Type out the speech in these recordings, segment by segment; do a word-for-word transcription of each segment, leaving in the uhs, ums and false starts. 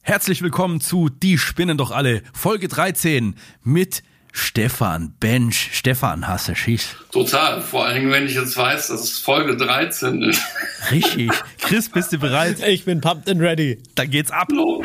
Herzlich willkommen zu Die spinnen doch alle, Folge dreizehn mit Stefan Bench. Stefan, hast du Schiss? Total, vor allen Dingen, wenn ich jetzt weiß, dass es Folge dreizehn ist. Richtig. Chris, bist du bereit? Ich bin pumped and ready. Dann geht's ab. Los.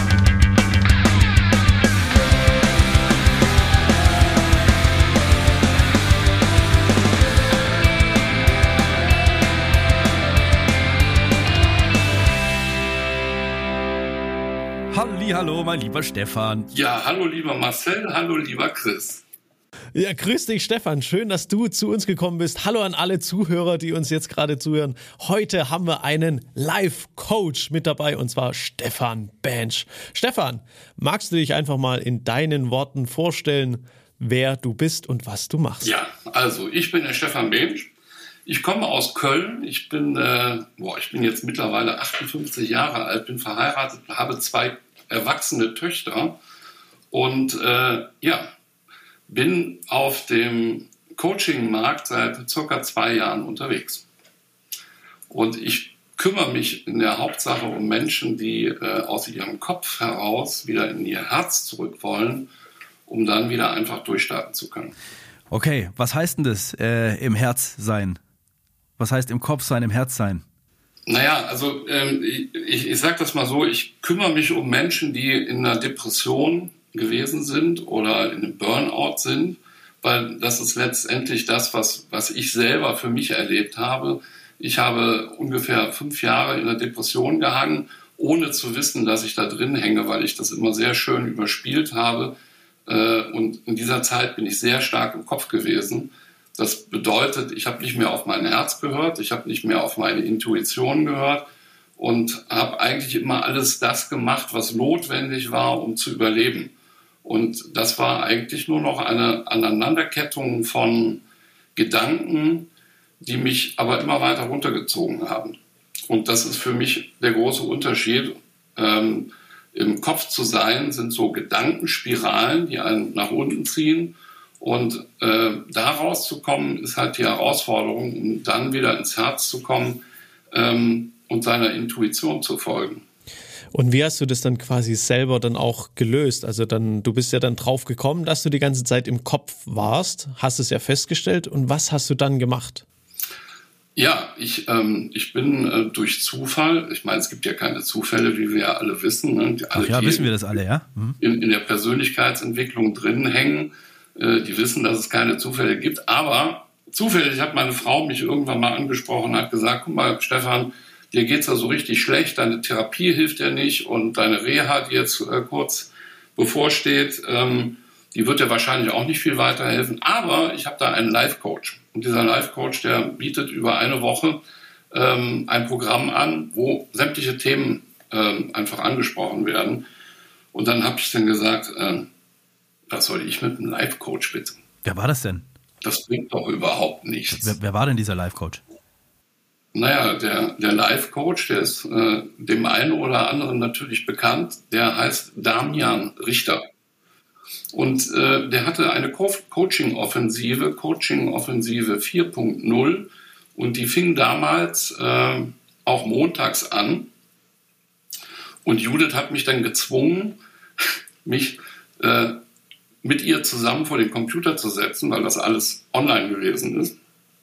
Hallo, mein lieber Stefan. Ja, hallo lieber Marcel, hallo lieber Chris. Ja, grüß dich Stefan, schön, dass du zu uns gekommen bist. Hallo an alle Zuhörer, die uns jetzt gerade zuhören. Heute haben wir einen Live-Coach mit dabei und zwar Stefan Bench. Stefan, magst du dich einfach mal in deinen Worten vorstellen, wer du bist und was du machst? Ja, also ich bin der Stefan Bench. Ich komme aus Köln. Ich bin, äh, boah, ich bin jetzt mittlerweile achtundfünfzig Jahre alt, bin verheiratet, habe zwei erwachsene Töchter und äh, ja, bin auf dem Coaching-Markt seit circa zwei Jahren unterwegs. Und ich kümmere mich in der Hauptsache um Menschen, die äh, aus ihrem Kopf heraus wieder in ihr Herz zurück wollen, um dann wieder einfach durchstarten zu können. Okay, was heißt denn das, äh, im Herz sein? Was heißt im Kopf sein, im Herz sein? Naja, also ähm, ich, ich sage das mal so, ich kümmere mich um Menschen, die in einer Depression gewesen sind oder in einem Burnout sind, weil das ist letztendlich das, was, was ich selber für mich erlebt habe. Ich habe ungefähr fünf Jahre in einer Depression gehangen, ohne zu wissen, dass ich da drin hänge, weil ich das immer sehr schön überspielt habe. Äh, und in dieser Zeit bin ich sehr stark im Kopf gewesen. Das bedeutet, ich habe nicht mehr auf mein Herz gehört, ich habe nicht mehr auf meine Intuition gehört und habe eigentlich immer alles das gemacht, was notwendig war, um zu überleben. Und das war eigentlich nur noch eine Aneinanderkettung von Gedanken, die mich aber immer weiter runtergezogen haben. Und das ist für mich der große Unterschied. Ähm, im Kopf zu sein sind so Gedankenspiralen, die einen nach unten ziehen. Und äh, da rauszukommen, ist halt die Herausforderung, um dann wieder ins Herz zu kommen ähm, und seiner Intuition zu folgen. Und wie hast du das dann quasi selber dann auch gelöst? Also dann, du bist ja dann drauf gekommen, dass du die ganze Zeit im Kopf warst, hast es ja festgestellt. Und was hast du dann gemacht? Ja, ich, ähm, ich bin äh, durch Zufall, ich meine, es gibt ja keine Zufälle, wie wir ja alle wissen. Ne? Die, alle, Ach ja, wissen wir das alle, ja? Mhm. In, in der Persönlichkeitsentwicklung drin hängen. Die wissen, dass es keine Zufälle gibt. Aber zufällig hat meine Frau mich irgendwann mal angesprochen und hat gesagt, guck mal, Stefan, dir geht's ja so richtig schlecht, deine Therapie hilft dir nicht und deine Reha, die jetzt äh, kurz bevorsteht, ähm, die wird dir wahrscheinlich auch nicht viel weiterhelfen. Aber ich habe da einen Life-Coach. Und dieser Life-Coach, der bietet über eine Woche ähm, ein Programm an, wo sämtliche Themen ähm, einfach angesprochen werden. Und dann habe ich dann gesagt, äh, was soll ich mit einem Life-Coach bitte? Wer war das denn? Das bringt doch überhaupt nichts. Wer, wer war denn dieser Life-Coach? Naja, der, der Life-Coach, der ist äh, dem einen oder anderen natürlich bekannt. Der heißt Damian Richter. Und äh, der hatte eine Co- Coaching-Offensive, Coaching-Offensive vier Punkt null. Und die fing damals äh, auch montags an. Und Judith hat mich dann gezwungen, mich äh, mit ihr zusammen vor den Computer zu setzen, weil das alles online gewesen ist.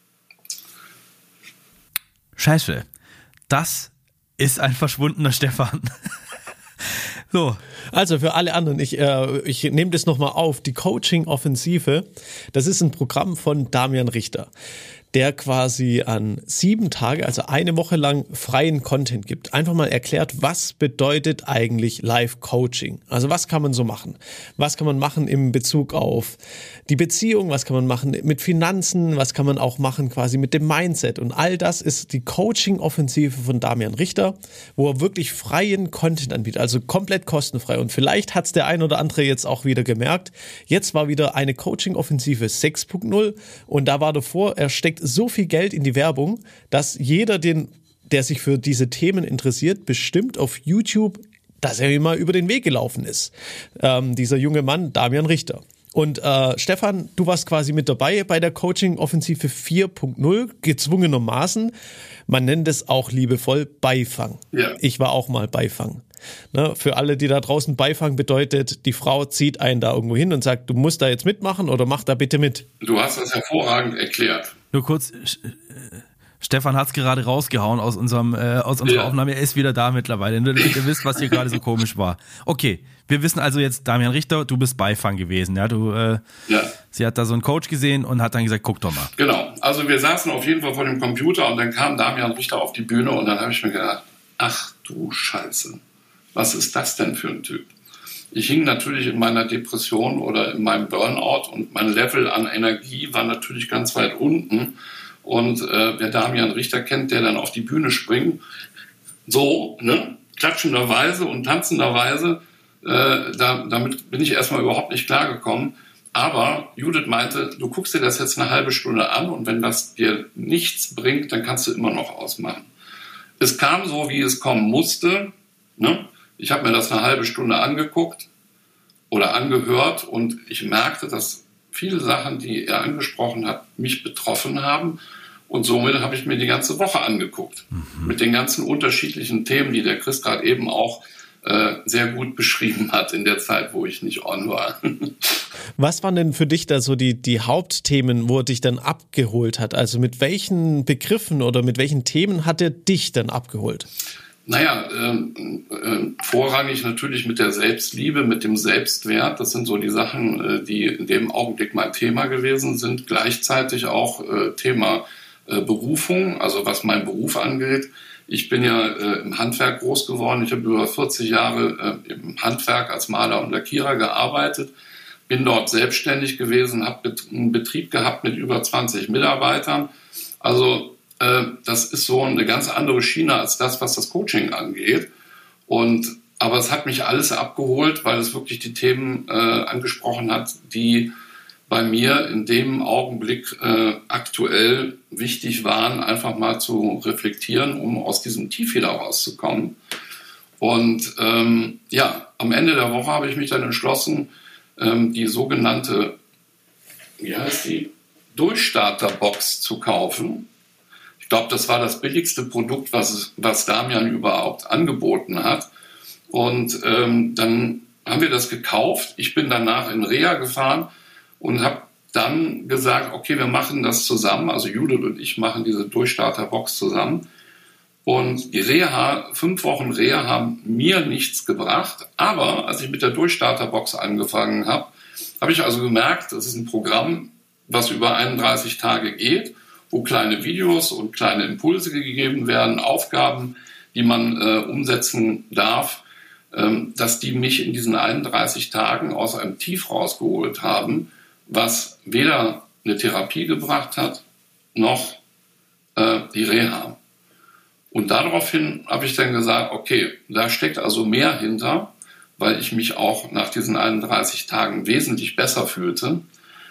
Scheiße, das ist ein verschwundener Stefan. So. Also für alle anderen, ich, äh, ich nehme das nochmal auf, die Coaching-Offensive, das ist ein Programm von Damian Richter, der quasi an sieben Tage, also eine Woche lang freien Content gibt. Einfach mal erklärt, was bedeutet eigentlich Live-Coaching? Also was kann man so machen? Was kann man machen im Bezug auf die Beziehung? Was kann man machen mit Finanzen? Was kann man auch machen quasi mit dem Mindset? Und all das ist die Coaching-Offensive von Damian Richter, wo er wirklich freien Content anbietet, also komplett kostenfrei. Und vielleicht hat es der ein oder andere jetzt auch wieder gemerkt, jetzt war wieder eine Coaching-Offensive sechs Punkt null und da war davor, er steckt so viel Geld in die Werbung, dass jeder, den, der sich für diese Themen interessiert, bestimmt auf YouTube, dass er immer über den Weg gelaufen ist. Ähm, dieser junge Mann, Damian Richter. Und äh, Stefan, du warst quasi mit dabei bei der Coaching-Offensive vier Punkt null, gezwungenermaßen. Man nennt es auch liebevoll Beifang. Ja. Ich war auch mal Beifang. Ne, für alle, die da draußen, Beifang bedeutet, die Frau zieht einen da irgendwo hin und sagt, du musst da jetzt mitmachen oder mach da bitte mit. Du hast das hervorragend erklärt. Nur kurz, Stefan hat's gerade rausgehauen aus unserem äh, aus unserer Ja. Aufnahme. Er ist wieder da mittlerweile. Ihr, ihr wisst, was hier gerade so komisch war. Okay, wir wissen also jetzt, Damian Richter, du bist Beifang gewesen. Ja, du. Äh, Ja. Sie hat da so einen Coach gesehen und hat dann gesagt, guck doch mal. Genau. Also wir saßen auf jeden Fall vor dem Computer und dann kam Damian Richter auf die Bühne und dann habe ich mir gedacht, ach du Scheiße, was ist das denn für ein Typ? Ich hing natürlich in meiner Depression oder in meinem Burnout und mein Level an Energie war natürlich ganz weit unten. Und äh, wer Damian Richter kennt, der dann auf die Bühne springt, so, ne, klatschenderweise und tanzenderweise, äh, da, damit bin ich erstmal überhaupt nicht klargekommen. Aber Judith meinte, du guckst dir das jetzt eine halbe Stunde an und wenn das dir nichts bringt, dann kannst du immer noch ausmachen. Es kam so, wie es kommen musste, ne? Ich habe mir das eine halbe Stunde angeguckt oder angehört und ich merkte, dass viele Sachen, die er angesprochen hat, mich betroffen haben. Und somit habe ich mir die ganze Woche angeguckt. Mhm. Mit den ganzen unterschiedlichen Themen, die der Chris gerade eben auch äh, sehr gut beschrieben hat in der Zeit, wo ich nicht on war. Was waren denn für dich da so die, die Hauptthemen, wo er dich dann abgeholt hat? Also mit welchen Begriffen oder mit welchen Themen hat er dich dann abgeholt? Naja, ähm, äh, vorrangig natürlich mit der Selbstliebe, mit dem Selbstwert. Das sind so die Sachen, äh, die in dem Augenblick mein Thema gewesen sind. Gleichzeitig auch äh, Thema äh, Berufung, also was mein Beruf angeht. Ich bin ja äh, im Handwerk groß geworden. Ich habe über vierzig Jahre äh, im Handwerk als Maler und Lackierer gearbeitet. Bin dort selbstständig gewesen, habe einen Betrieb gehabt mit über zwanzig Mitarbeitern. Also das ist so eine ganz andere Schiene als das, was das Coaching angeht. Und, aber es hat mich alles abgeholt, weil es wirklich die Themen äh, angesprochen hat, die bei mir in dem Augenblick äh, aktuell wichtig waren, einfach mal zu reflektieren, um aus diesem Tief wieder rauszukommen. Und ähm, ja, am Ende der Woche habe ich mich dann entschlossen, ähm, die sogenannte, wie heißt die, Durchstarterbox zu kaufen. Ich glaube, das war das billigste Produkt, was, was Damian überhaupt angeboten hat. Und ähm, dann haben wir das gekauft. Ich bin danach in Reha gefahren und habe dann gesagt, okay, wir machen das zusammen. Also Judith und ich machen diese Durchstarterbox zusammen. Und die Reha, fünf Wochen Reha haben mir nichts gebracht. Aber als ich mit der Durchstarterbox angefangen habe, habe ich also gemerkt, das ist ein Programm, was über einunddreißig Tage geht, wo kleine Videos und kleine Impulse gegeben werden, Aufgaben, die man äh, umsetzen darf, ähm, dass die mich in diesen einunddreißig Tagen aus einem Tief rausgeholt haben, was weder eine Therapie gebracht hat, noch äh, die Reha. Und daraufhin habe ich dann gesagt, okay, da steckt also mehr hinter, weil ich mich auch nach diesen einunddreißig Tagen wesentlich besser fühlte.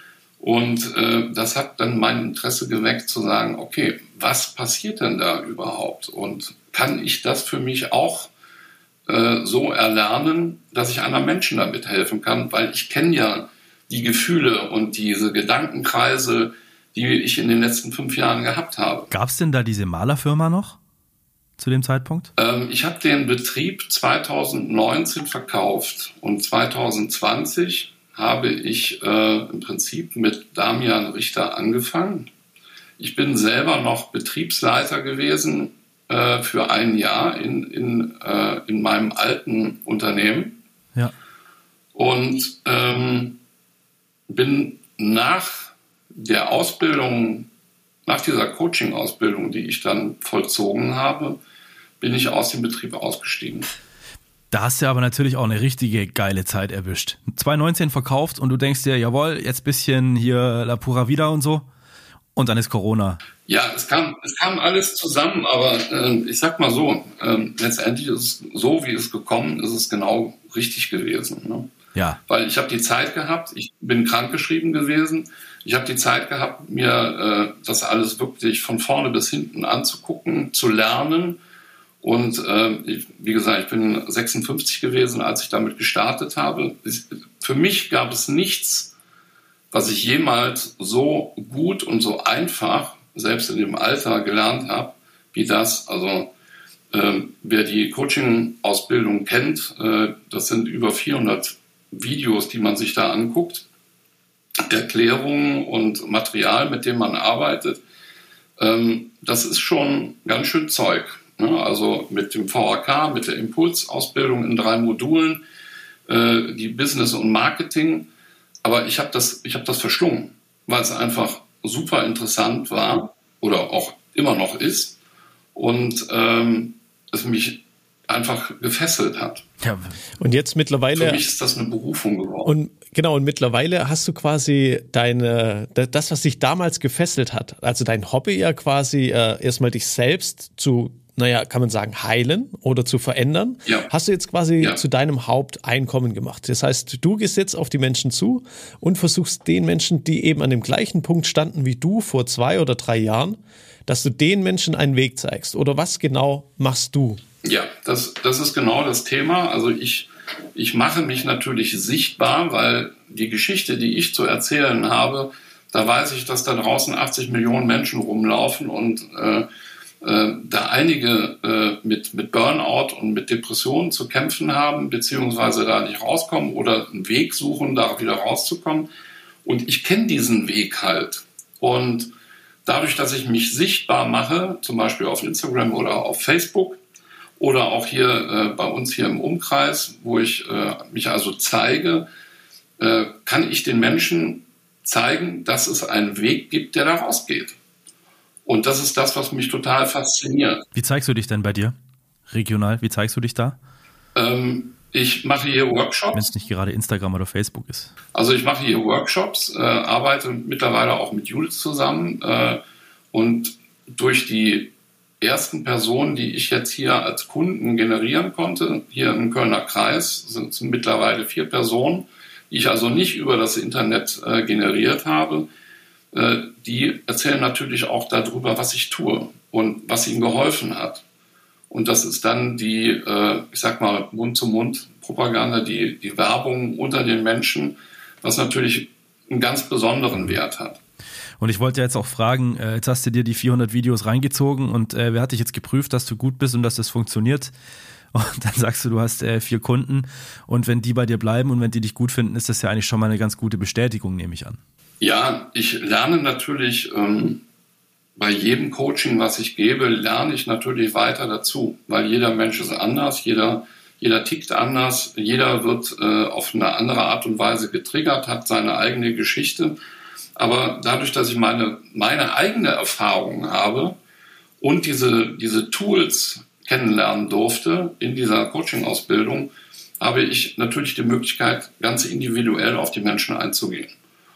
Und äh, das hat dann mein Interesse geweckt zu sagen, okay, was passiert denn da überhaupt? Und kann ich das für mich auch äh, so erlernen, dass ich anderen Menschen damit helfen kann? Weil ich kenne ja die Gefühle und diese Gedankenkreise, die ich in den letzten fünf Jahren gehabt habe. Gab es denn da diese Malerfirma noch zu dem Zeitpunkt? Ähm, ich habe den Betrieb zweitausendneunzehn verkauft und zweitausendzwanzig habe ich äh, im Prinzip mit Damian Richter angefangen. Ich bin selber noch Betriebsleiter gewesen äh, für ein Jahr in, in, äh, in meinem alten Unternehmen. Ja. Und ähm, bin nach der Ausbildung, nach dieser Coaching-Ausbildung, die ich dann vollzogen habe, bin ich aus dem Betrieb ausgestiegen. Da hast du aber natürlich auch eine richtige geile Zeit erwischt. zweitausendneunzehn verkauft und du denkst dir, jawohl, jetzt bisschen hier La Pura Vida und so. Und dann ist Corona. Ja, es kam, es kam alles zusammen, aber äh, ich sag mal so, äh, letztendlich ist es so, wie es gekommen ist, es genau richtig gewesen. Ne? Ja. Weil ich habe die Zeit gehabt, ich bin krankgeschrieben gewesen, ich habe die Zeit gehabt, mir äh, das alles wirklich von vorne bis hinten anzugucken, zu lernen. Und äh, ich, wie gesagt, ich bin sechsundfünfzig gewesen, als ich damit gestartet habe. Für mich gab es nichts, was ich jemals so gut und so einfach, selbst in dem Alter, gelernt habe, wie das. Also äh, wer die Coaching-Ausbildung kennt, äh, das sind über vierhundert Videos, die man sich da anguckt, Erklärungen und Material, mit dem man arbeitet. Ähm, das ist schon ganz schön Zeug. Ne? Also mit dem V H K, mit der Impulsausbildung in drei Modulen, äh, die Business und Marketing. Aber ich habe das, ich hab das verschlungen, weil es einfach super interessant war oder auch immer noch ist und ähm, es mich einfach gefesselt hat. Ja. Und jetzt mittlerweile... Für mich ist das eine Berufung geworden. Und genau, und mittlerweile hast du quasi deine, das, was dich damals gefesselt hat, also dein Hobby ja quasi äh, erstmal dich selbst zu, naja, kann man sagen, heilen oder zu verändern, ja. hast du jetzt quasi ja. zu deinem Haupteinkommen gemacht. Das heißt, du gehst jetzt auf die Menschen zu und versuchst den Menschen, die eben an dem gleichen Punkt standen wie du vor zwei oder drei Jahren, dass du den Menschen einen Weg zeigst. Oder was genau machst du? Ja, das, das ist genau das Thema. Also ich, ich mache mich natürlich sichtbar, weil die Geschichte, die ich zu erzählen habe, da weiß ich, dass da draußen achtzig Millionen Menschen rumlaufen und äh, äh, da einige äh, mit, mit Burnout und mit Depressionen zu kämpfen haben, beziehungsweise da nicht rauskommen oder einen Weg suchen, da wieder rauszukommen. Und ich kenne diesen Weg halt. Und dadurch, dass ich mich sichtbar mache, zum Beispiel auf Instagram oder auf Facebook, oder auch hier äh, bei uns hier im Umkreis, wo ich äh, mich also zeige, äh, kann ich den Menschen zeigen, dass es einen Weg gibt, der da rausgeht. Und das ist das, was mich total fasziniert. Wie zeigst du dich denn bei dir? Regional, wie zeigst du dich da? Ähm, ich mache hier Workshops. Wenn es nicht gerade Instagram oder Facebook ist. Also ich mache hier Workshops, äh, arbeite mittlerweile auch mit Jules zusammen. Äh, und durch die ersten Personen, die ich jetzt hier als Kunden generieren konnte, hier im Kölner Kreis, sind es mittlerweile vier Personen, die ich also nicht über das Internet äh, generiert habe. Äh, die erzählen natürlich auch darüber, was ich tue und was ihnen geholfen hat. Und das ist dann die, äh, ich sag mal, Mund-zu-Mund-Propaganda, die, die Werbung unter den Menschen, was natürlich einen ganz besonderen Wert hat. Und ich wollte jetzt auch fragen, äh, jetzt hast du dir die vierhundert Videos reingezogen und äh, wer hat dich jetzt geprüft, dass du gut bist und dass das funktioniert? Und dann sagst du, du hast äh, vier Kunden und wenn die bei dir bleiben und wenn die dich gut finden, ist das ja eigentlich schon mal eine ganz gute Bestätigung, nehme ich an. Ja, ich lerne natürlich ähm, bei jedem Coaching, was ich gebe, lerne ich natürlich weiter dazu, weil jeder Mensch ist anders, jeder, jeder tickt anders, jeder wird äh, auf eine andere Art und Weise getriggert, hat seine eigene Geschichte. Aber dadurch, dass ich meine, meine eigene Erfahrung habe und diese, diese Tools kennenlernen durfte in dieser Coaching-Ausbildung, habe ich natürlich die Möglichkeit, ganz individuell auf die Menschen einzugehen.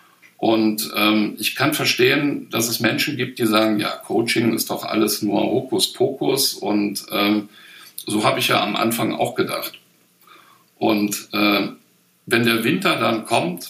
Und ähm, ich kann verstehen, dass es Menschen gibt, die sagen, ja, Coaching ist doch alles nur Hokuspokus. Und ähm, so habe ich ja am Anfang auch gedacht. Und äh, wenn der Winter dann kommt,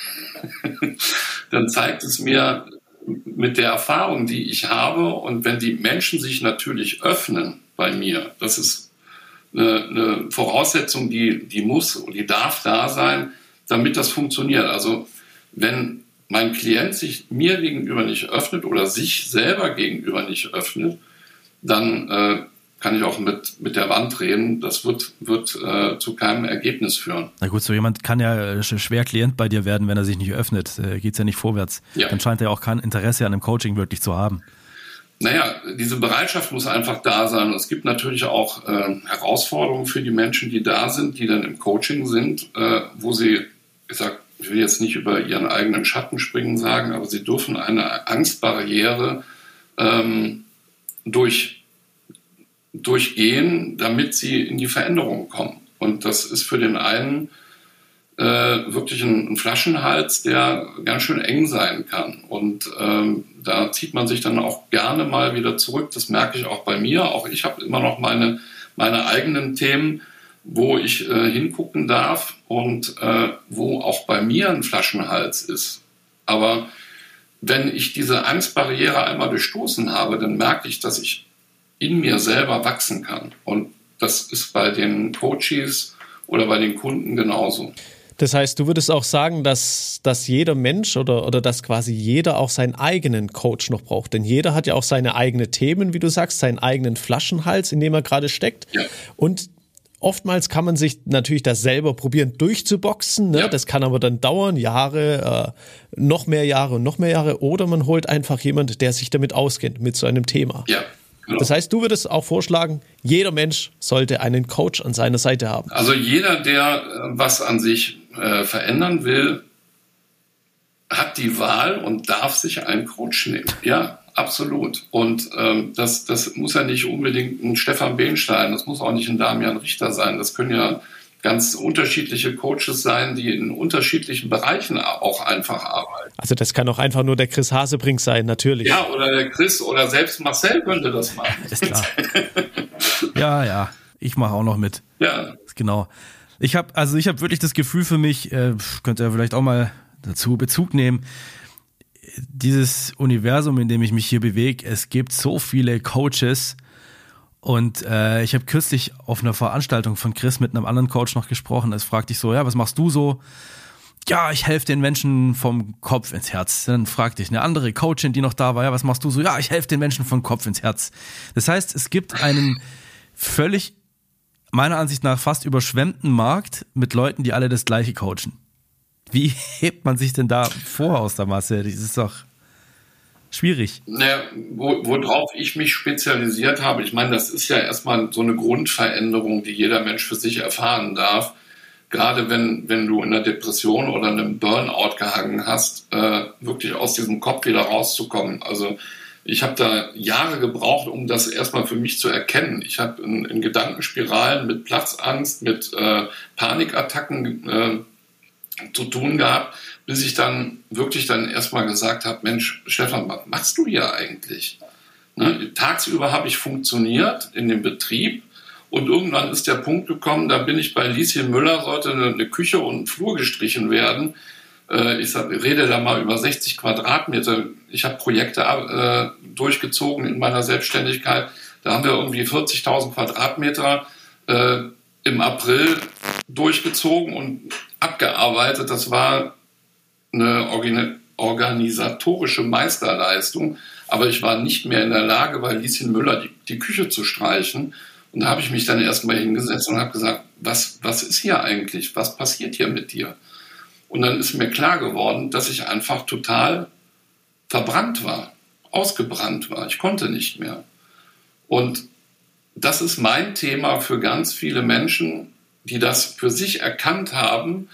dann zeigt es mir mit der Erfahrung, die ich habe, und wenn die Menschen sich natürlich öffnen bei mir, das ist eine, eine Voraussetzung, die, die muss und die darf da sein, damit das funktioniert. Also wenn mein Klient sich mir gegenüber nicht öffnet oder sich selber gegenüber nicht öffnet, dann äh, kann ich auch mit, mit der Wand reden. Das wird, wird äh, zu keinem Ergebnis führen. Na gut, so jemand kann ja schwer Klient bei dir werden, wenn er sich nicht öffnet. Äh, geht's ja nicht vorwärts. Ja. Dann scheint er auch kein Interesse an einem Coaching wirklich zu haben. Naja, diese Bereitschaft muss einfach da sein. Und es gibt natürlich auch äh, Herausforderungen für die Menschen, die da sind, die dann im Coaching sind, äh, wo sie, ich sag, ich will jetzt nicht über ihren eigenen Schatten springen sagen, aber sie dürfen eine Angstbarriere ähm, durch durchgehen, damit sie in die Veränderung kommen. Und das ist für den einen äh, wirklich ein, ein Flaschenhals, der ganz schön eng sein kann. Und ähm, da zieht man sich dann auch gerne mal wieder zurück. Das merke ich auch bei mir. Auch ich habe immer noch meine, meine eigenen Themen, wo ich äh, hingucken darf und äh, wo auch bei mir ein Flaschenhals ist. Aber wenn ich diese Angstbarriere einmal durchstoßen habe, dann merke ich, dass ich in mir selber wachsen kann. Und das ist bei den Coaches oder bei den Kunden genauso. Das heißt, du würdest auch sagen, dass, dass jeder Mensch oder, oder dass quasi jeder auch seinen eigenen Coach noch braucht. Denn jeder hat ja auch seine eigenen Themen, wie du sagst, seinen eigenen Flaschenhals, in dem er gerade steckt. Ja. Und oftmals kann man sich natürlich das selber probieren durchzuboxen. Ne? Ja. Das kann aber dann dauern, Jahre, äh, noch mehr Jahre und noch mehr Jahre. Oder man holt einfach jemand, der sich damit auskennt, mit so einem Thema. Ja. Genau. Das heißt, du würdest auch vorschlagen, jeder Mensch sollte einen Coach an seiner Seite haben. Also jeder, der äh, was an sich äh, verändern will, hat die Wahl und darf sich einen Coach nehmen. Ja, absolut. Und ähm, das, das muss ja nicht unbedingt ein Stefan Behnstein, das muss auch nicht ein Damian Richter sein. Das können ja ganz unterschiedliche Coaches sein, die in unterschiedlichen Bereichen auch einfach arbeiten. Also das kann auch einfach nur der Chris Hasebrink sein, natürlich. Ja, oder der Chris oder selbst Marcel könnte das machen. Ist klar. Ja, ja, ich mache auch noch mit. Ja. Genau. Ich habe also ich habe wirklich das Gefühl für mich, äh, könnt ihr vielleicht auch mal dazu Bezug nehmen, dieses Universum, in dem ich mich hier bewege, es gibt so viele Coaches und äh, ich habe kürzlich auf einer Veranstaltung von Chris mit einem anderen Coach noch gesprochen. Es fragte ich so, ja, was machst du so? Ja, ich helfe den Menschen vom Kopf ins Herz. Dann fragte ich eine andere Coachin, die noch da war, ja, was machst du so? Ja, ich helfe den Menschen vom Kopf ins Herz. Das heißt, es gibt einen völlig, meiner Ansicht nach, fast überschwemmten Markt mit Leuten, die alle das Gleiche coachen. Wie hebt man sich denn da vor aus der Masse? Das ist doch schwierig. Naja, wo, worauf ich mich spezialisiert habe, ich meine, das ist ja erstmal so eine Grundveränderung, die jeder Mensch für sich erfahren darf. Gerade wenn, wenn du in einer Depression oder einem Burnout gehangen hast, äh, wirklich aus diesem Kopf wieder rauszukommen. Also ich habe da Jahre gebraucht, um das erstmal für mich zu erkennen. Ich habe in, in Gedankenspiralen mit Platzangst, mit äh, Panikattacken äh, zu tun gehabt, bis ich dann wirklich dann erstmal gesagt habe, Mensch, Stefan, was machst du hier eigentlich? Ne? Tagsüber habe ich funktioniert in dem Betrieb und irgendwann ist der Punkt gekommen, da bin ich bei Lieschen Müller, sollte eine, eine Küche und ein Flur gestrichen werden. Äh, ich sag, rede da mal über sechzig Quadratmeter. Ich habe Projekte äh, durchgezogen in meiner Selbstständigkeit. Da haben wir irgendwie vierzigtausend Quadratmeter äh, im April durchgezogen und abgearbeitet. Das war eine organisatorische Meisterleistung, aber ich war nicht mehr in der Lage, bei Lieschen Müller die, die Küche zu streichen. Und da habe ich mich dann erstmal hingesetzt und habe gesagt, was, was ist hier eigentlich? Was passiert hier mit dir? Und dann ist mir klar geworden, dass ich einfach total verbrannt war, ausgebrannt war. Ich konnte nicht mehr. Und das ist mein Thema für ganz viele Menschen, die das für sich erkannt haben,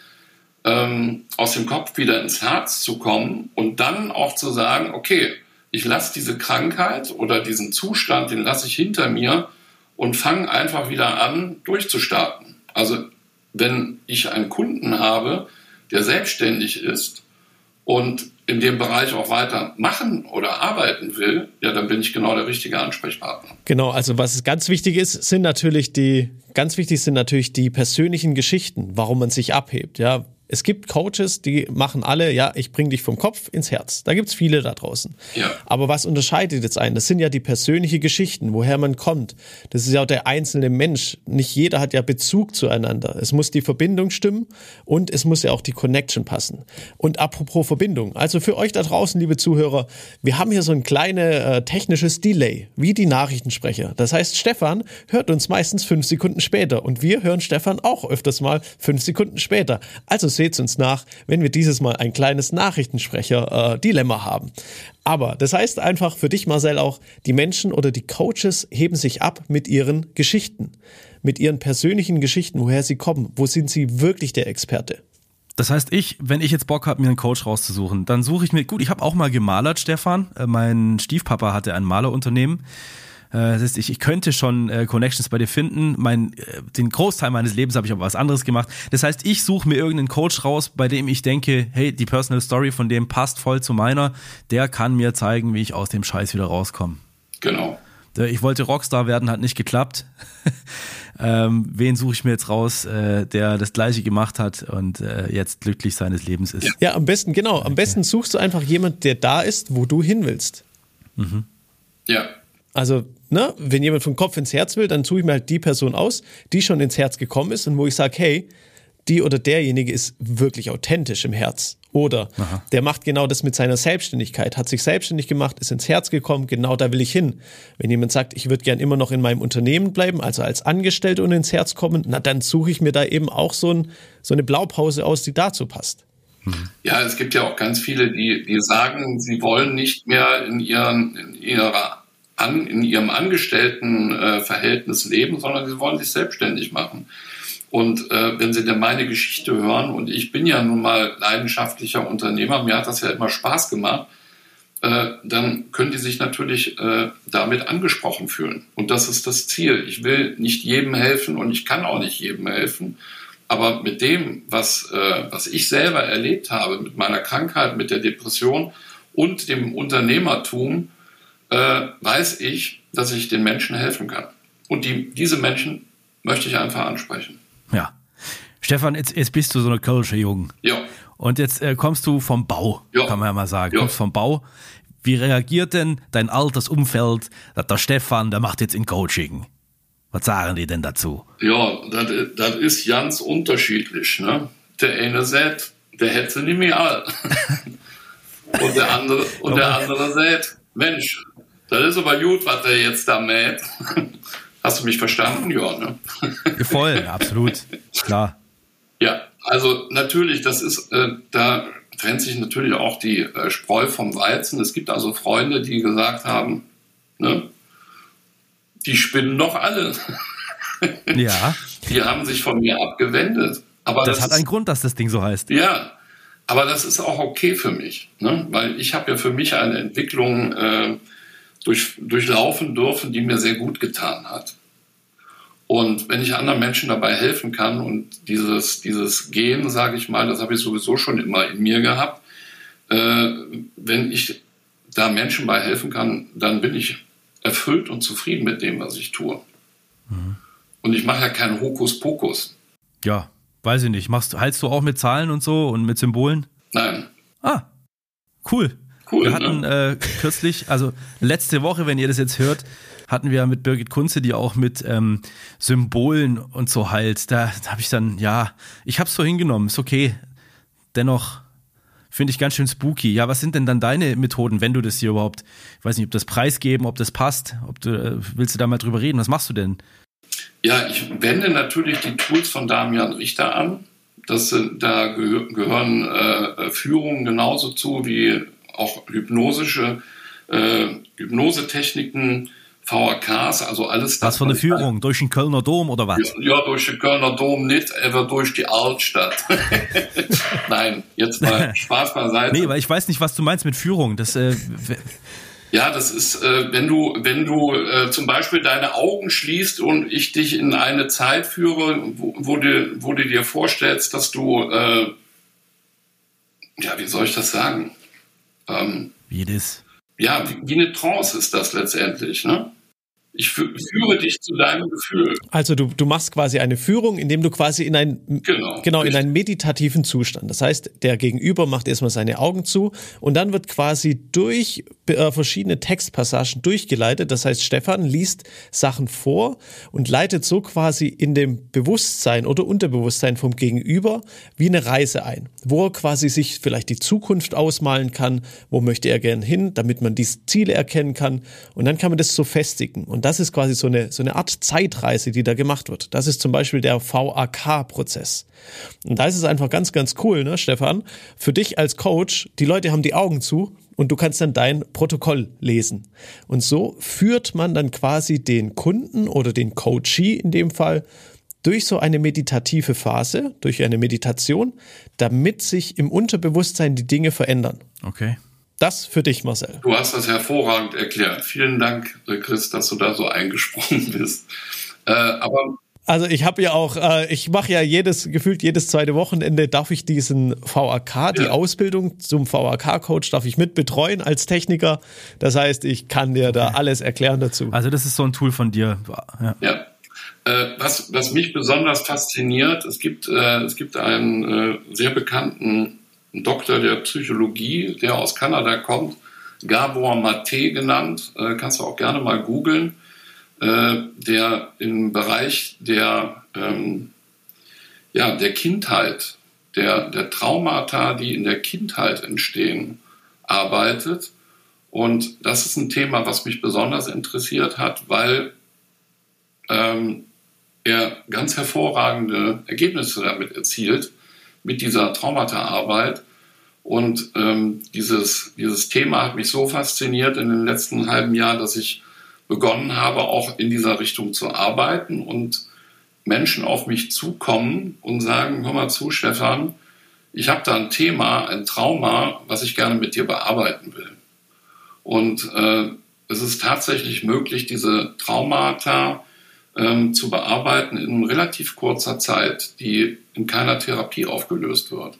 ähm, aus dem Kopf wieder ins Herz zu kommen und dann auch zu sagen, okay, ich lasse diese Krankheit oder diesen Zustand, den lasse ich hinter mir und fange einfach wieder an, durchzustarten. Also wenn ich einen Kunden habe, der selbstständig ist und in dem Bereich auch weiter machen oder arbeiten will, ja, dann bin ich genau der richtige Ansprechpartner. Genau, also was ganz wichtig ist, sind natürlich die, ganz wichtig sind natürlich die persönlichen Geschichten, warum man sich abhebt, ja. Es gibt Coaches, die machen alle, ja, ich bringe dich vom Kopf ins Herz. Da gibt's viele da draußen. Ja. Aber was unterscheidet jetzt einen? Das sind ja die persönlichen Geschichten, woher man kommt. Das ist ja auch der einzelne Mensch. Nicht jeder hat ja Bezug zueinander. Es muss die Verbindung stimmen und es muss ja auch die Connection passen. Und apropos Verbindung, also für euch da draußen, liebe Zuhörer, wir haben hier so ein kleines äh, technisches Delay, wie die Nachrichtensprecher. Das heißt, Stefan hört uns meistens fünf Sekunden später und wir hören Stefan auch öfters mal fünf Sekunden später. Also seht uns nach, wenn wir dieses Mal ein kleines Nachrichtensprecher-Dilemma äh, haben. Aber das heißt einfach für dich, Marcel, auch, die Menschen oder die Coaches heben sich ab mit ihren Geschichten, mit ihren persönlichen Geschichten, woher sie kommen. Wo sind sie wirklich der Experte? Das heißt, ich, wenn ich jetzt Bock habe, mir einen Coach rauszusuchen, dann suche ich mir, gut, ich habe auch mal gemalert, Stefan. Mein Stiefpapa hatte ein Malerunternehmen. Das heißt, ich, ich könnte schon äh, Connections bei dir finden. Mein, äh, den Großteil meines Lebens habe ich aber was anderes gemacht. Das heißt, ich suche mir irgendeinen Coach raus, bei dem ich denke, hey, die Personal Story von dem passt voll zu meiner. Der kann mir zeigen, wie ich aus dem Scheiß wieder rauskomme. Genau. Ich wollte Rockstar werden, hat nicht geklappt. ähm, wen suche ich mir jetzt raus, äh, der das Gleiche gemacht hat und äh, jetzt glücklich seines Lebens ist? Ja, am besten, genau. Am besten suchst du einfach jemanden, der da ist, wo du hin willst. Mhm. Ja. Also, ne, wenn jemand vom Kopf ins Herz will, dann suche ich mir halt die Person aus, die schon ins Herz gekommen ist und wo ich sage, hey, die oder derjenige ist wirklich authentisch im Herz. Oder Aha. der macht genau das mit seiner Selbstständigkeit, hat sich selbstständig gemacht, ist ins Herz gekommen, genau da will ich hin. Wenn jemand sagt, ich würde gern immer noch in meinem Unternehmen bleiben, also als Angestellter und ins Herz kommen, na dann suche ich mir da eben auch so, ein, so eine Blaupause aus, die dazu passt. Ja, es gibt ja auch ganz viele, die, die sagen, sie wollen nicht mehr in, ihren, in, ihrer, an, in ihrem Angestelltenverhältnis äh, leben, sondern sie wollen sich selbstständig machen. Und äh, wenn Sie denn meine Geschichte hören, und ich bin ja nun mal leidenschaftlicher Unternehmer, mir hat das ja immer Spaß gemacht, äh, dann können die sich natürlich äh, damit angesprochen fühlen. Und das ist das Ziel. Ich will nicht jedem helfen und ich kann auch nicht jedem helfen. Aber mit dem, was, äh, was ich selber erlebt habe, mit meiner Krankheit, mit der Depression und dem Unternehmertum, äh, weiß ich, dass ich den Menschen helfen kann. Und die, diese Menschen möchte ich einfach ansprechen. Ja. Stefan, jetzt, jetzt bist du so eine Kölsche Jugend. Ja. Und jetzt äh, kommst du vom Bau, ja. kann man ja mal sagen. Ja. Kommst vom Bau. Wie reagiert denn dein altes Umfeld, dass der Stefan, der macht jetzt ein Coaching? Was sagen die denn dazu? Ja, das, das ist ganz unterschiedlich. Ne? Der eine sagt, der hätte nicht mehr all. und der andere, und der andere sagt, Mensch, das ist aber gut, was der jetzt da mäht. Hast du mich verstanden? Ja, ne? Voll, absolut, klar. Ja, also natürlich, das ist, äh, da trennt sich natürlich auch die äh, Spreu vom Weizen. Es gibt also Freunde, die gesagt haben, ne, die spinnen doch alle. Ja. Die haben sich von mir abgewendet. Aber das, das hat ist, einen Grund, dass das Ding so heißt. Ja, aber das ist auch okay für mich, ne? Weil ich habe ja für mich eine Entwicklung äh, durch, durchlaufen dürfen, die mir sehr gut getan hat. Und wenn ich anderen Menschen dabei helfen kann und dieses, dieses Gehen, sage ich mal, das habe ich sowieso schon immer in mir gehabt, äh, wenn ich da Menschen bei helfen kann, dann bin ich erfüllt und zufrieden mit dem, was ich tue. Mhm. Und ich mache ja keinen Hokuspokus. Ja, weiß ich nicht. Machst, heilst du auch mit Zahlen und so und mit Symbolen? Nein. Ah, cool. Cool, wir hatten ne? äh, kürzlich, also letzte Woche, wenn ihr das jetzt hört, hatten wir mit Birgit Kunze, die auch mit ähm, Symbolen und so heilt. Da, da habe ich dann, ja, ich habe es so hingenommen, ist okay. Dennoch finde ich ganz schön spooky. Ja, was sind denn dann deine Methoden, wenn du das hier überhaupt, ich weiß nicht, ob das preisgeben, ob das passt, ob du, äh, willst du da mal drüber reden? Was machst du denn? Ja, ich wende natürlich die Tools von Damian Richter an. Das, da gehör, gehören äh, Führungen genauso zu wie auch hypnosische äh, Hypnosetechniken, V A Ks, also alles das. Was für eine Führung? Durch den Kölner Dom oder was? Ja, ja, durch den Kölner Dom nicht, aber durch die Altstadt. Nein, jetzt mal Spaß beiseite. Nee, weil ich weiß nicht, was du meinst mit Führung. Das, äh, ja, das ist, äh, wenn du, wenn du äh, zum Beispiel deine Augen schließt und ich dich in eine Zeit führe, wo, wo, du, wo du dir vorstellst, dass du, äh, ja, wie soll ich das sagen? Ähm, wie das? Ja, wie, wie eine Trance ist das letztendlich, ne? Ich führe dich zu deinem Gefühl. Also du, du machst quasi eine Führung, indem du quasi in, ein, genau, genau, in einen meditativen Zustand. Das heißt, der Gegenüber macht erstmal seine Augen zu und dann wird quasi durch äh, verschiedene Textpassagen durchgeleitet. Das heißt, Stefan liest Sachen vor und leitet so quasi in dem Bewusstsein oder Unterbewusstsein vom Gegenüber wie eine Reise ein, wo er quasi sich vielleicht die Zukunft ausmalen kann, wo möchte er gern hin, damit man diese Ziele erkennen kann und dann kann man das so festigen. Und das ist quasi so eine, so eine Art Zeitreise, die da gemacht wird. Das ist zum Beispiel der V A K-Prozess. Und da ist es einfach ganz, ganz cool, ne, Stefan? Für dich als Coach, die Leute haben die Augen zu und du kannst dann dein Protokoll lesen. Und so führt man dann quasi den Kunden oder den Coachee in dem Fall durch so eine meditative Phase, durch eine Meditation, damit sich im Unterbewusstsein die Dinge verändern. Okay. Das für dich, Marcel. Du hast das hervorragend erklärt. Vielen Dank, Chris, dass du da so eingesprungen bist. Äh, aber also ich habe ja auch, äh, ich mache ja jedes, gefühlt jedes zweite Wochenende darf ich diesen V A K, die ja. Ausbildung zum V A K-Coach darf ich mit betreuen als Techniker. Das heißt, ich kann dir da alles erklären dazu. Also das ist so ein Tool von dir. Ja. ja. Äh, was, was mich besonders fasziniert, es gibt, äh, es gibt einen äh, sehr bekannten Doktor der Psychologie, der aus Kanada kommt, Gabor Mate genannt, äh, kannst du auch gerne mal googeln, äh, der im Bereich der, ähm, ja, der Kindheit, der, der Traumata, die in der Kindheit entstehen, arbeitet. Und das ist ein Thema, was mich besonders interessiert hat, weil ähm, er ganz hervorragende Ergebnisse damit erzielt, mit dieser Traumata-Arbeit. Und ähm, dieses, dieses Thema hat mich so fasziniert in den letzten halben Jahr, dass ich begonnen habe, auch in dieser Richtung zu arbeiten und Menschen auf mich zukommen und sagen, hör mal zu, Stefan, ich habe da ein Thema, ein Trauma, was ich gerne mit dir bearbeiten will. Und äh, es ist tatsächlich möglich, diese Traumata ähm, zu bearbeiten in relativ kurzer Zeit, die in keiner Therapie aufgelöst wird.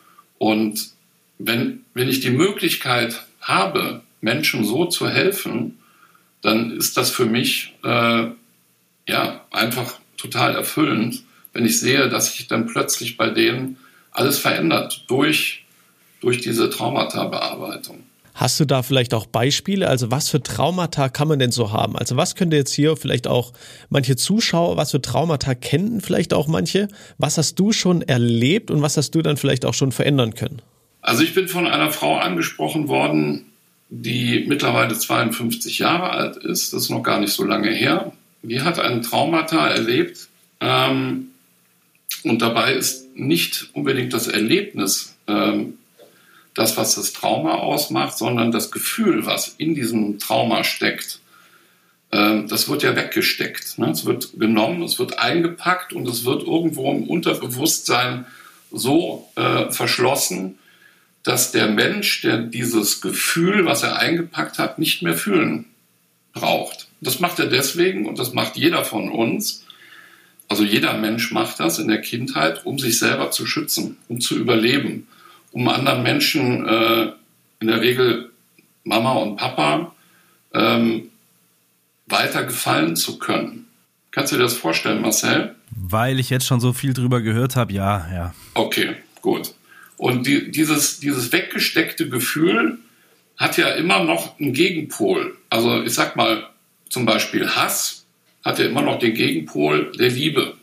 Und wenn, wenn ich die Möglichkeit habe, Menschen so zu helfen, dann ist das für mich äh, ja einfach total erfüllend, wenn ich sehe, dass sich dann plötzlich bei denen alles verändert durch, durch diese Traumata-Bearbeitung. Hast du da vielleicht auch Beispiele? Also was für Traumata kann man denn so haben? Also was könnte jetzt hier vielleicht auch manche Zuschauer, was für Traumata kennen vielleicht auch manche? Was hast du schon erlebt und was hast du dann vielleicht auch schon verändern können? Also ich bin von einer Frau angesprochen worden, die mittlerweile zweiundfünfzig Jahre alt ist. Das ist noch gar nicht so lange her. Die hat ein Traumata erlebt ähm, und dabei ist nicht unbedingt das Erlebnis ähm, das, was das Trauma ausmacht, sondern das Gefühl, was in diesem Trauma steckt. Ähm, das wird ja weggesteckt. Ne? Es wird genommen, es wird eingepackt und es wird irgendwo im Unterbewusstsein so äh, verschlossen, dass der Mensch, der dieses Gefühl, was er eingepackt hat, nicht mehr fühlen braucht. Das macht er deswegen und das macht jeder von uns. Also jeder Mensch macht das in der Kindheit, um sich selber zu schützen, um zu überleben, um anderen Menschen, äh, in der Regel Mama und Papa, ähm, weiter gefallen zu können. Kannst du dir das vorstellen, Marcel? Weil ich jetzt schon so viel drüber gehört habe, ja, ja. Okay, gut. Und die, dieses, dieses weggesteckte Gefühl hat ja immer noch einen Gegenpol. Also ich sag mal, zum Beispiel Hass hat ja immer noch den Gegenpol der Liebe.